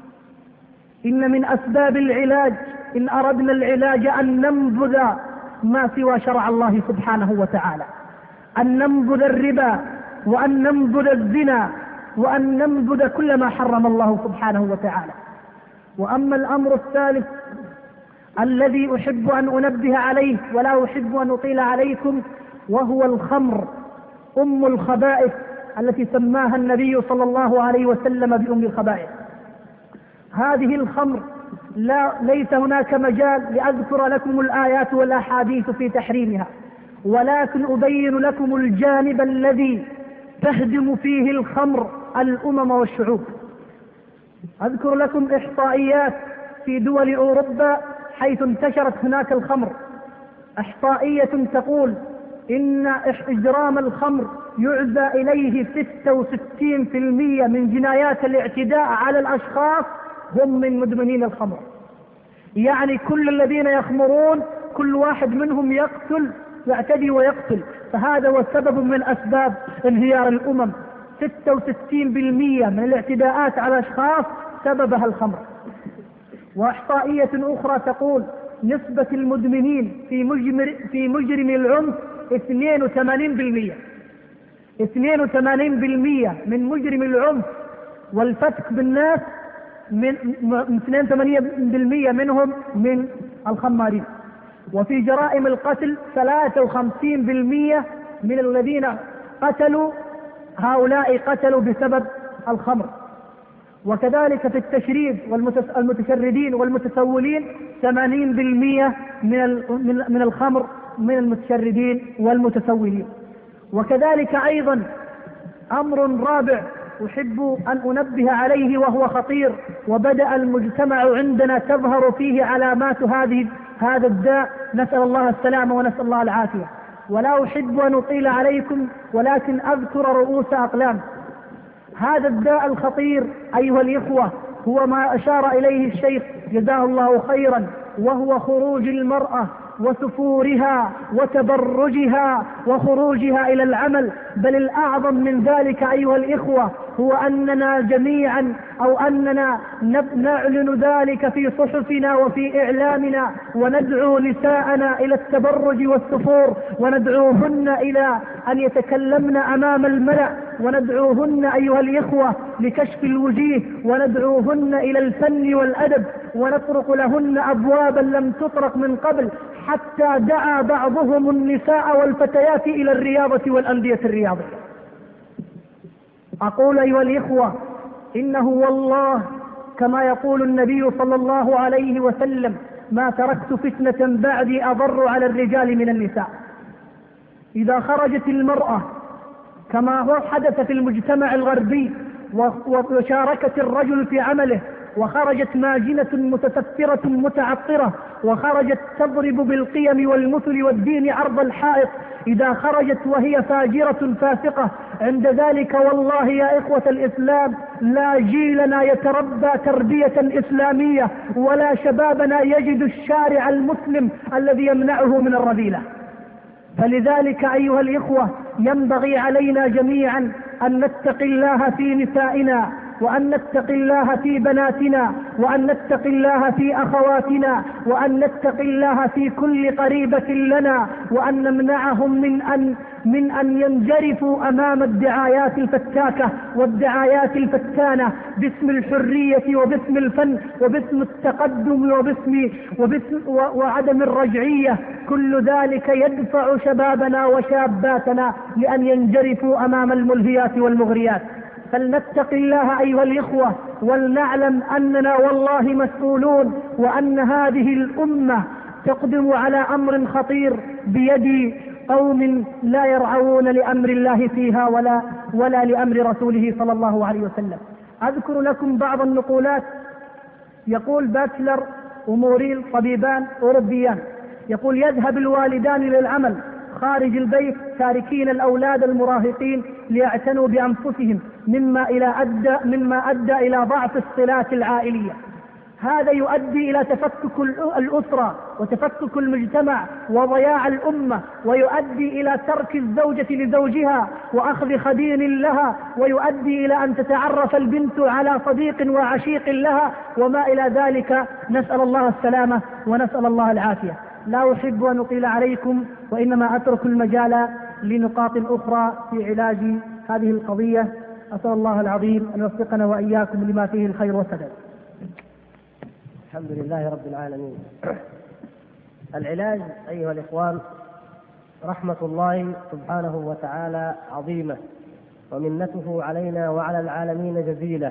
إن من أسباب العلاج إن أردنا العلاج أن ننبذ ما سوى شرع الله سبحانه وتعالى، أن ننبذ الربا، وأن ننبذ الزنا، وأن ننبذ كل ما حرم الله سبحانه وتعالى. وأما الأمر الثالث الذي أحب أن أنبه عليه ولا أحب أن أطيل عليكم، وهو الخمر أم الخبائث التي سماها النبي صلى الله عليه وسلم بأم الخبائث. هذه الخمر لا ليس هناك مجال لأذكر لكم الآيات والأحاديث في تحريمها، ولكن أبين لكم الجانب الذي تهدم فيه الخمر الأمم والشعوب. أذكر لكم إحصائيات في دول أوروبا حيث انتشرت هناك الخمر. إحصائية تقول إن إجرام الخمر يعزى إليه ستة وستين بالمئة من جنايات الاعتداء على الأشخاص هم من مدمنين الخمر. يعني كل الذين يخمرون كل واحد منهم يقتل يعتدي ويقتل. فهذا هو سبب من أسباب انهيار الأمم. ستة وستين بالمئة من الاعتداءات على الأشخاص سببها الخمر. وإحصائية أخرى تقول نسبة المدمنين في مجمر في مجرم العنف اثنين وثمانين بالمئة. اثنين وثمانين بالمئة من مجرم العنف والفتك بالناس من اثنين وثمانين بالمئة منهم من الخمارين. وفي جرائم القتل ثلاثة وخمسين بالمئة من الذين قتلوا هؤلاء قتلوا بسبب الخمر. وكذلك في التشريد والمتشردين والمتسولين ثمانين بالمئة من من الخمر من المتشردين والمتسولين. وكذلك أيضا أمر رابع أحب أن أنبه عليه وهو خطير، وبدأ المجتمع عندنا تظهر فيه علامات هذه هذا الداء، نسأل الله السلامة ونسأل الله العافية. ولا أحب أن أطيل عليكم ولكن أذكر رؤوس أقلام. هذا الداء الخطير أيها الإخوة هو ما أشار إليه الشيخ جزاه الله خيرا، وهو خروج المرأة وسفورها وتبرجها وخروجها إلى العمل. بل الأعظم من ذلك أيها الإخوة هو أننا جميعا أو أننا نعلن ذلك في صحفنا وفي إعلامنا، وندعو نساءنا إلى التبرج والسفور، وندعوهن إلى أن يتكلمن أمام الملأ، وندعوهن أيها الإخوة لكشف الوجيه، وندعوهن إلى الفن والأدب، ونطرق لهن أبوابا لم تطرق من قبل، حتى دعا بعضهم النساء والفتيات إلى الرياضة والأندية الرياضية. أقول أيها الإخوة إنه والله كما يقول النبي صلى الله عليه وسلم: ما تركت فتنة بعدي أضر على الرجال من النساء. إذا خرجت المرأة كما هو حدث في المجتمع الغربي وشاركت الرجل في عمله، وخرجت ماجنة متسترة متعطرة، وخرجت تضرب بالقيم والمثل والدين عرض الحائط، إذا خرجت وهي فاجرة فاسقة، عند ذلك والله يا إخوة الإسلام لا جيلنا يتربى تربية إسلامية، ولا شبابنا يجد الشارع المسلم الذي يمنعه من الرذيلة. فلذلك أيها الإخوة ينبغي علينا جميعا أن نتقي الله في نسائنا، وأن نتقي الله في بناتنا، وأن نتقي الله في أخواتنا، وأن نتقي الله في كل قريبة لنا، وأن نمنعهم من أن من أن ينجرفوا أمام الدعايات الفتاكة والدعايات الفتانة باسم الحرية وباسم الفن وباسم التقدم وباسم, وباسم وعدم الرجعية. كل ذلك يدفع شبابنا وشاباتنا لأن ينجرفوا أمام الملهيات والمغريات. فلنتق الله أيها الإخوة، ولنعلم أننا والله مسؤولون، وأن هذه الأمة تقدم على أمر خطير بيد قوم لا يرعون لأمر الله فيها ولا, ولا لأمر رسوله صلى الله عليه وسلم. أذكر لكم بعض النقولات. يقول باتشلر وموريل طبيبان أوروبيان، يقول: يذهب الوالدان للعمل خارج البيت تاركين الأولاد المراهقين ليعتنوا بأنفسهم، مما, إلى أدى مما أدى إلى ضعف الصلات العائلية. هذا يؤدي إلى تفكك الأسرة وتفكك المجتمع وضياع الأمة، ويؤدي إلى ترك الزوجة لزوجها وأخذ خدين لها، ويؤدي إلى أن تتعرف البنت على صديق وعشيق لها وما إلى ذلك. نسأل الله السلامة ونسأل الله العافية. لا أحب أن أطيل عليكم، وإنما أترك المجال لنقاط أخرى في علاج هذه القضية. أسأل الله العظيم أن يوفقنا وإياكم لما فيه الخير والسداد. الحمد لله رب العالمين. العلاج أيها الإخوان رحمة الله سبحانه وتعالى عظيمة، ومنته علينا وعلى العالمين جزيلة.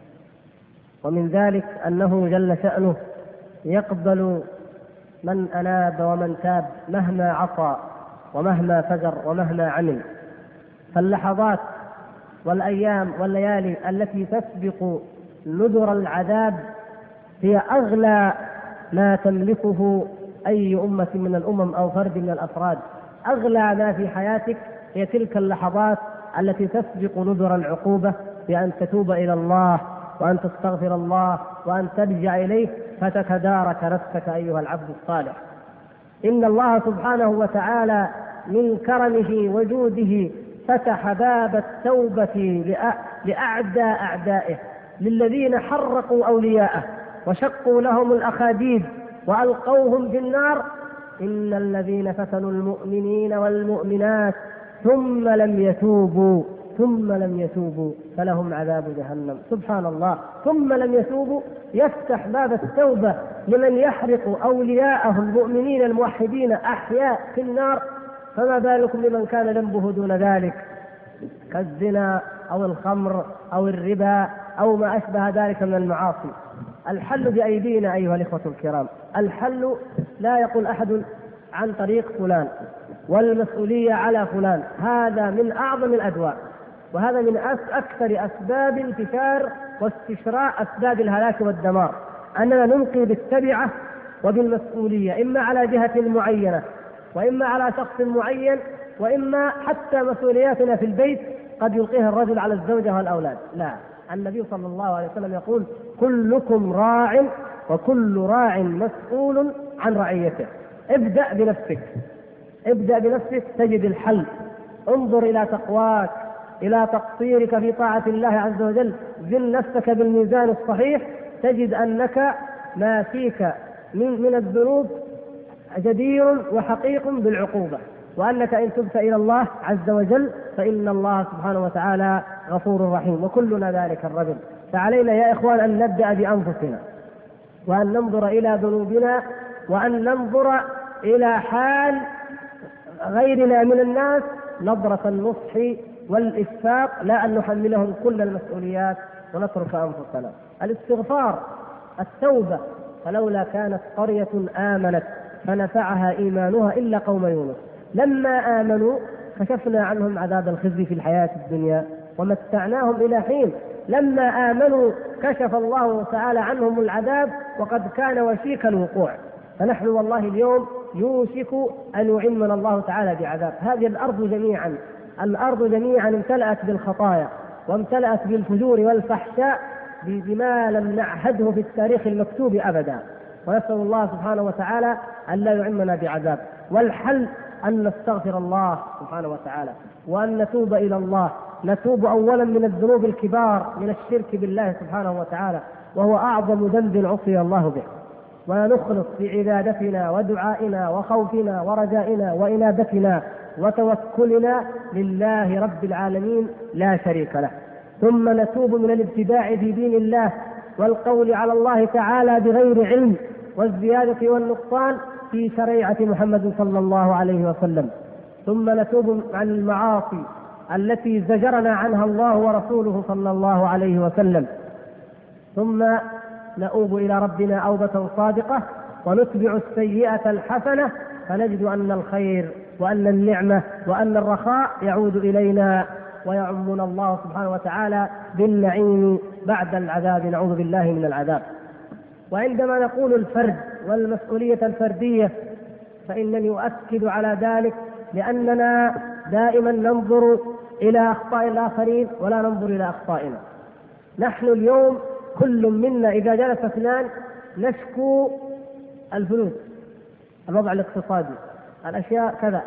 ومن ذلك أنه جل شأنه يقبل من أناب ومن تاب مهما عصى ومهما فجر ومهما عمل. فاللحظات والأيام والليالي التي تسبق نذر العذاب هي أغلى ما تملكه أي أمة من الأمم أو فرد من الأفراد. أغلى ما في حياتك هي تلك اللحظات التي تسبق نذر العقوبة، بأن تتوب إلى الله وأن تستغفر الله وأن ترجع إليه فتتدارك نفسك أيها العبد الصالح. إن الله سبحانه وتعالى من كرمه وجوده فتح باب التوبة لأعدى أعدائه، للذين حرقوا أولياءه وشقوا لهم الأخاديد وألقوهم في النار. إن الذين فتنوا المؤمنين والمؤمنات ثم لم يتوبوا ثم لم يتوبوا فلهم عذاب جهنم. سبحان الله، ثم لم يتوبوا يفتح باب التوبة لمن يحرق أولياءه المؤمنين الموحدين أحياء في النار، فما بالكم لمن كان ذنبه دون ذلك كالزنا أو الخمر أو الربا أو ما أشبه ذلك من المعاصي. الحل بأيدينا أيها الإخوة الكرام. الحل لا يقول أحد عن طريق فلان والمسؤولية على فلان، هذا من أعظم الأدواء، وهذا من أكثر أسباب انتشار واستشراء أسباب الهلاك والدمار، أننا نلقي بالتبعة وبالمسؤولية، إما على جهة معينة وإما على شخص معين، وإما حتى مسؤولياتنا في البيت قد يلقيها الرجل على الزوجة والأولاد. لا، النبي صلى الله عليه وسلم يقول: كلكم راع وكل راع مسؤول عن رعيته. ابدأ بنفسك، ابدأ بنفسك تجد الحل. انظر إلى تقواك، إلى تقصيرك في طاعة الله عز وجل، زن نفسك بالميزان الصحيح، تجد أنك ما فيك من, من الذنوب جدير وحقيق بالعقوبة، وأنك إن تبت إلى الله عز وجل فإن الله سبحانه وتعالى غفور رحيم، وكلنا ذلك الرجل. فعلينا يا إخوان أن نبدأ بأنفسنا، وأن ننظر إلى ذنوبنا، وأن ننظر إلى حال غيرنا من الناس نظرة النصح والإشفاق، لا أن نحملهم كل المسؤوليات ونترك أنفسنا. الاستغفار، التوبة. فلولا كانت قرية آمنت فنفعها إيمانها إلا قوم يونس لما آمنوا كشفنا عنهم عذاب الخزي في الحياة الدنيا ومتعناهم إلى حين. لما آمنوا كشف الله تعالى عنهم العذاب وقد كان وشيك الوقوع. فنحن والله اليوم يوشك أن يعمنا الله تعالى بعذاب. هذه الأرض جميعا الأرض جميعا امتلأت بالخطايا وامتلأت بالفجور والفحشاء بما لم نعهده في التاريخ المكتوب أبدا، ونسأل الله سبحانه وتعالى أن لا يعمنا بعذاب. والحل أن نستغفر الله سبحانه وتعالى وأن نتوب إلى الله. نتوب أولا من الذنوب الكبار، من الشرك بالله سبحانه وتعالى وهو أعظم ذنب عصي الله به، ونخلص في عبادتنا ودعائنا وخوفنا ورجائنا وإنابتنا وتوكلنا لله رب العالمين لا شريك له. ثم نتوب من الابتداع في دين الله والقول على الله تعالى بغير علم والزيادة والنقصان في شريعة محمد صلى الله عليه وسلم. ثم نتوب عن المعاصي التي زجرنا عنها الله ورسوله صلى الله عليه وسلم. ثم نؤوب إلى ربنا أوبة صادقة ونتبع السيئة الحسنة فنجد أن الخير وأن النعمة وأن الرخاء يعود إلينا ويعمنا الله سبحانه وتعالى بالنعيم بعد العذاب. نعوذ بالله من العذاب. وعندما نقول الفرد والمسؤولية الفردية فإنني أؤكد على ذلك، لأننا دائما ننظر إلى أخطاء الآخرين ولا ننظر إلى أخطائنا. نحن اليوم كل منا إذا جلس اثنان نشكو الفلوس، الوضع الاقتصادي، الأشياء كذا،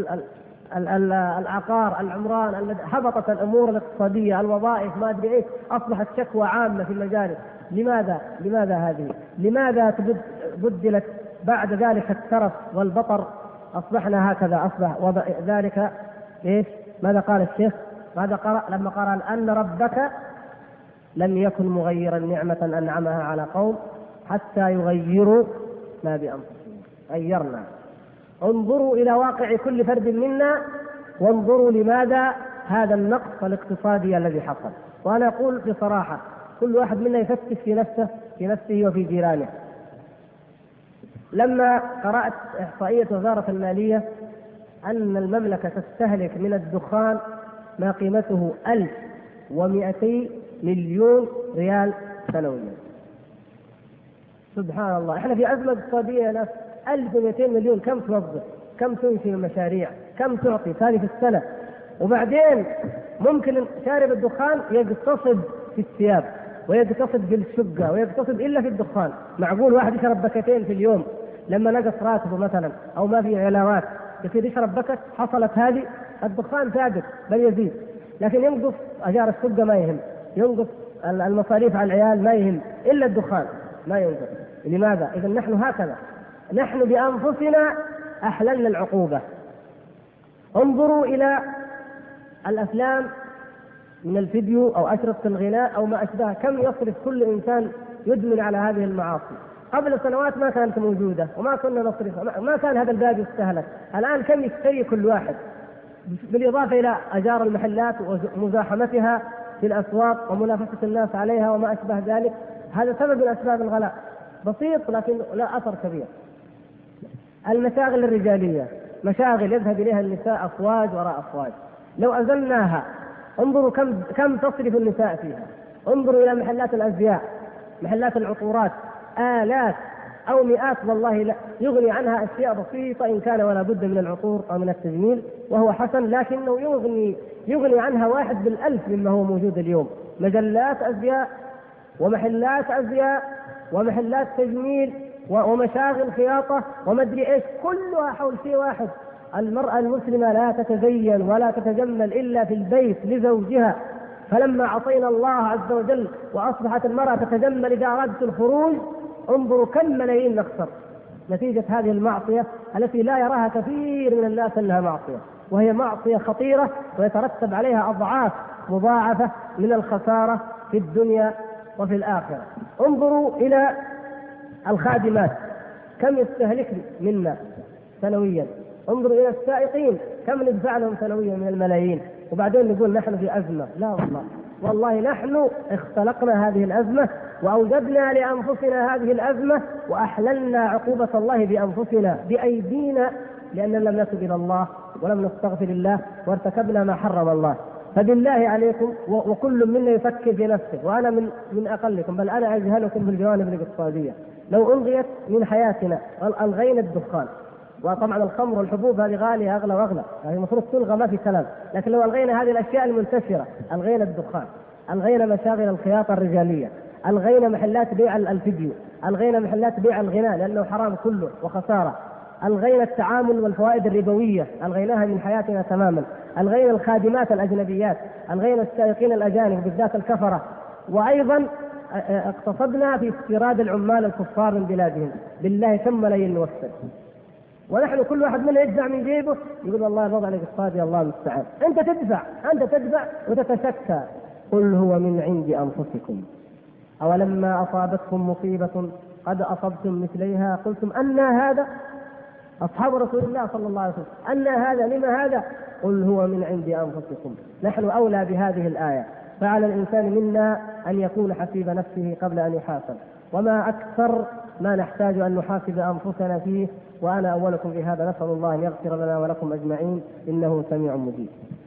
والعقار، العمران، هبطت الأمور الاقتصادية، الوظائف، ما أدري إيه، أصبحت شكوى عامة في المجالس. لماذا؟ لماذا هذه؟ لماذا بدلت بعد ذلك الترف والبطر؟ أصبحنا هكذا، أصبح وضع ذلك إيش؟ ماذا قال الشيخ؟ ماذا قرأ لما قرأ أن ربك لم يكن مغيرا نعمة أنعمها على قوم حتى يغيروا ما بأنفسهم. غيرنا. انظروا إلى واقع كل فرد منا وانظروا لماذا هذا النقص الاقتصادي الذي حصل. وأنا أقول بصراحة كل واحد منا يفتش في نفسه في نفسه وفي جيرانه. لما قرأت إحصائية وزارة المالية أن المملكة تستهلك من الدخان ما قيمته ألف ومئتي مليون ريال سنويا. سبحان الله، احنا في أزمة اقتصادية يا ناس. ألف ومئتين مليون كم توظف؟ كم تنشئ المشاريع؟ كم تعطي هذه في السنة؟ وبعدين ممكن شارب الدخان يقتصد في الثياب ويقتصد بالشقة ويقتصد إلا في الدخان. معقول واحد يشرب بكتين في اليوم لما نقص راتبه مثلا أو ما في علاوات يصير يشرب بكت؟ حصلت هذه. الدخان ثابت بل يزيد، لكن ينقص أجار الشقة ما يهم، ينقص المصاريف على العيال ما يهم، إلا الدخان ما ينقص. لماذا؟ إذا نحن هكذا، نحن بأنفسنا أحللنا العقوبة. انظروا إلى الأفلام من الفيديو أو أشرطة الغناء أو ما أشبه، كم يصرف كل إنسان يدمن على هذه المعاصي. قبل سنوات ما كانت موجودة وما كنا نصرف، ما كان هذا الباب يستهلك. الآن كم يشتري كل واحد، بالإضافة إلى أجار المحلات ومزاحمتها في الأسواق ومنافسة الناس عليها وما أشبه ذلك. هذا سبب من أسباب الغلاء، بسيط لكن لا أثر كبير. المشاغل الرجالية، مشاغل يذهب إليها النساء أفواج وراء أفواج، لو أزلناها انظروا كم كم تصرف النساء فيها. انظروا إلى محلات الأزياء، محلات العطورات، آلاف أو مئات والله لا يغني عنها أشياء بسيطة إن كان ولا بد من العطور أو من التجميل وهو حسن، لكنه يغني يغني عنها واحد بالألف مما هو موجود اليوم. مجلات أزياء ومحلات أزياء ومحلات تجميل ومشاغل خياطة ومدري إيش، كلها حول شيء واحد. المرأة المسلمة لا تتزين ولا تتجمل إلا في البيت لزوجها، فلما عصينا الله عز وجل وأصبحت المرأة تتجمل إذا أرادت الخروج، انظروا كم ملايين نخسر نتيجة هذه المعصية التي لا يراها كثير من الناس أنها معصية، وهي معصية خطيرة ويترتب عليها أضعاف مضاعفة من الخسارة في الدنيا وفي الآخرة. انظروا إلى الخادمات كم يستهلكن منا سنويا، انظروا إلى السائقين كم ندفع لهم سنويا من الملايين، وبعدين نقول نحن في أزمة. لا والله، والله نحن اختلقنا هذه الأزمة وأوجدنا لأنفسنا هذه الأزمة وأحللنا عقوبة الله بأنفسنا بأيدينا، لأننا لم نتب إلى الله ولم نستغفر الله وارتكبنا ما حرم الله. فبالله عليكم، وكل منا يفكر في نفسه، وأنا من من أقلكم بل أنا أجهلكم في الجوانب الاقتصادية، لو ألغيت من حياتنا ألغينا الدخان، وطبعا الخمر والحبوب هذه غالية أغلى وأغلى، يعني المفروض تلغى ما في كلام، لكن لو ألغينا هذه الأشياء المنتشرة، ألغينا الدخان، ألغينا مشاغل الخياطة الرجالية، ألغينا محلات بيع الفيديو، ألغينا محلات بيع الغناء لأنه حرام كله وخسارة، ألغينا التعامل والفوائد الربوية، ألغيناها من حياتنا تماما، ألغينا الخادمات الأجنبيات، ألغينا السائقين الأجانب بالذات الكفرة، وأيضا اقتصدنا في استيراد العمال الكفار من بلادهم. بالله كم ملايين نوفر، ونحن كل واحد منا يدفع من جيبه يقول والله الوضع الاقتصادي الله المستعان. أنت تدفع أنت تدفع وتتشكى. قل هو من عند أنفسكم أولما أصابتكم مصيبة قد أصبتم مثليها قلتم أن هذا، أصحاب رسول الله صلى الله عليه وسلم، أن هذا لما هذا؟ قل هو من عند أنفسكم. نحن أولى بهذه الآية، فعلى الإنسان منا أن يكون حسيب نفسه قبل أن يحاسب، وما أكثر ما نحتاج أن نحاسب أنفسنا فيه، وأنا أولكم بهذا. نسأل الله أن يغفر لنا ولكم أجمعين إنه سميع مجيب.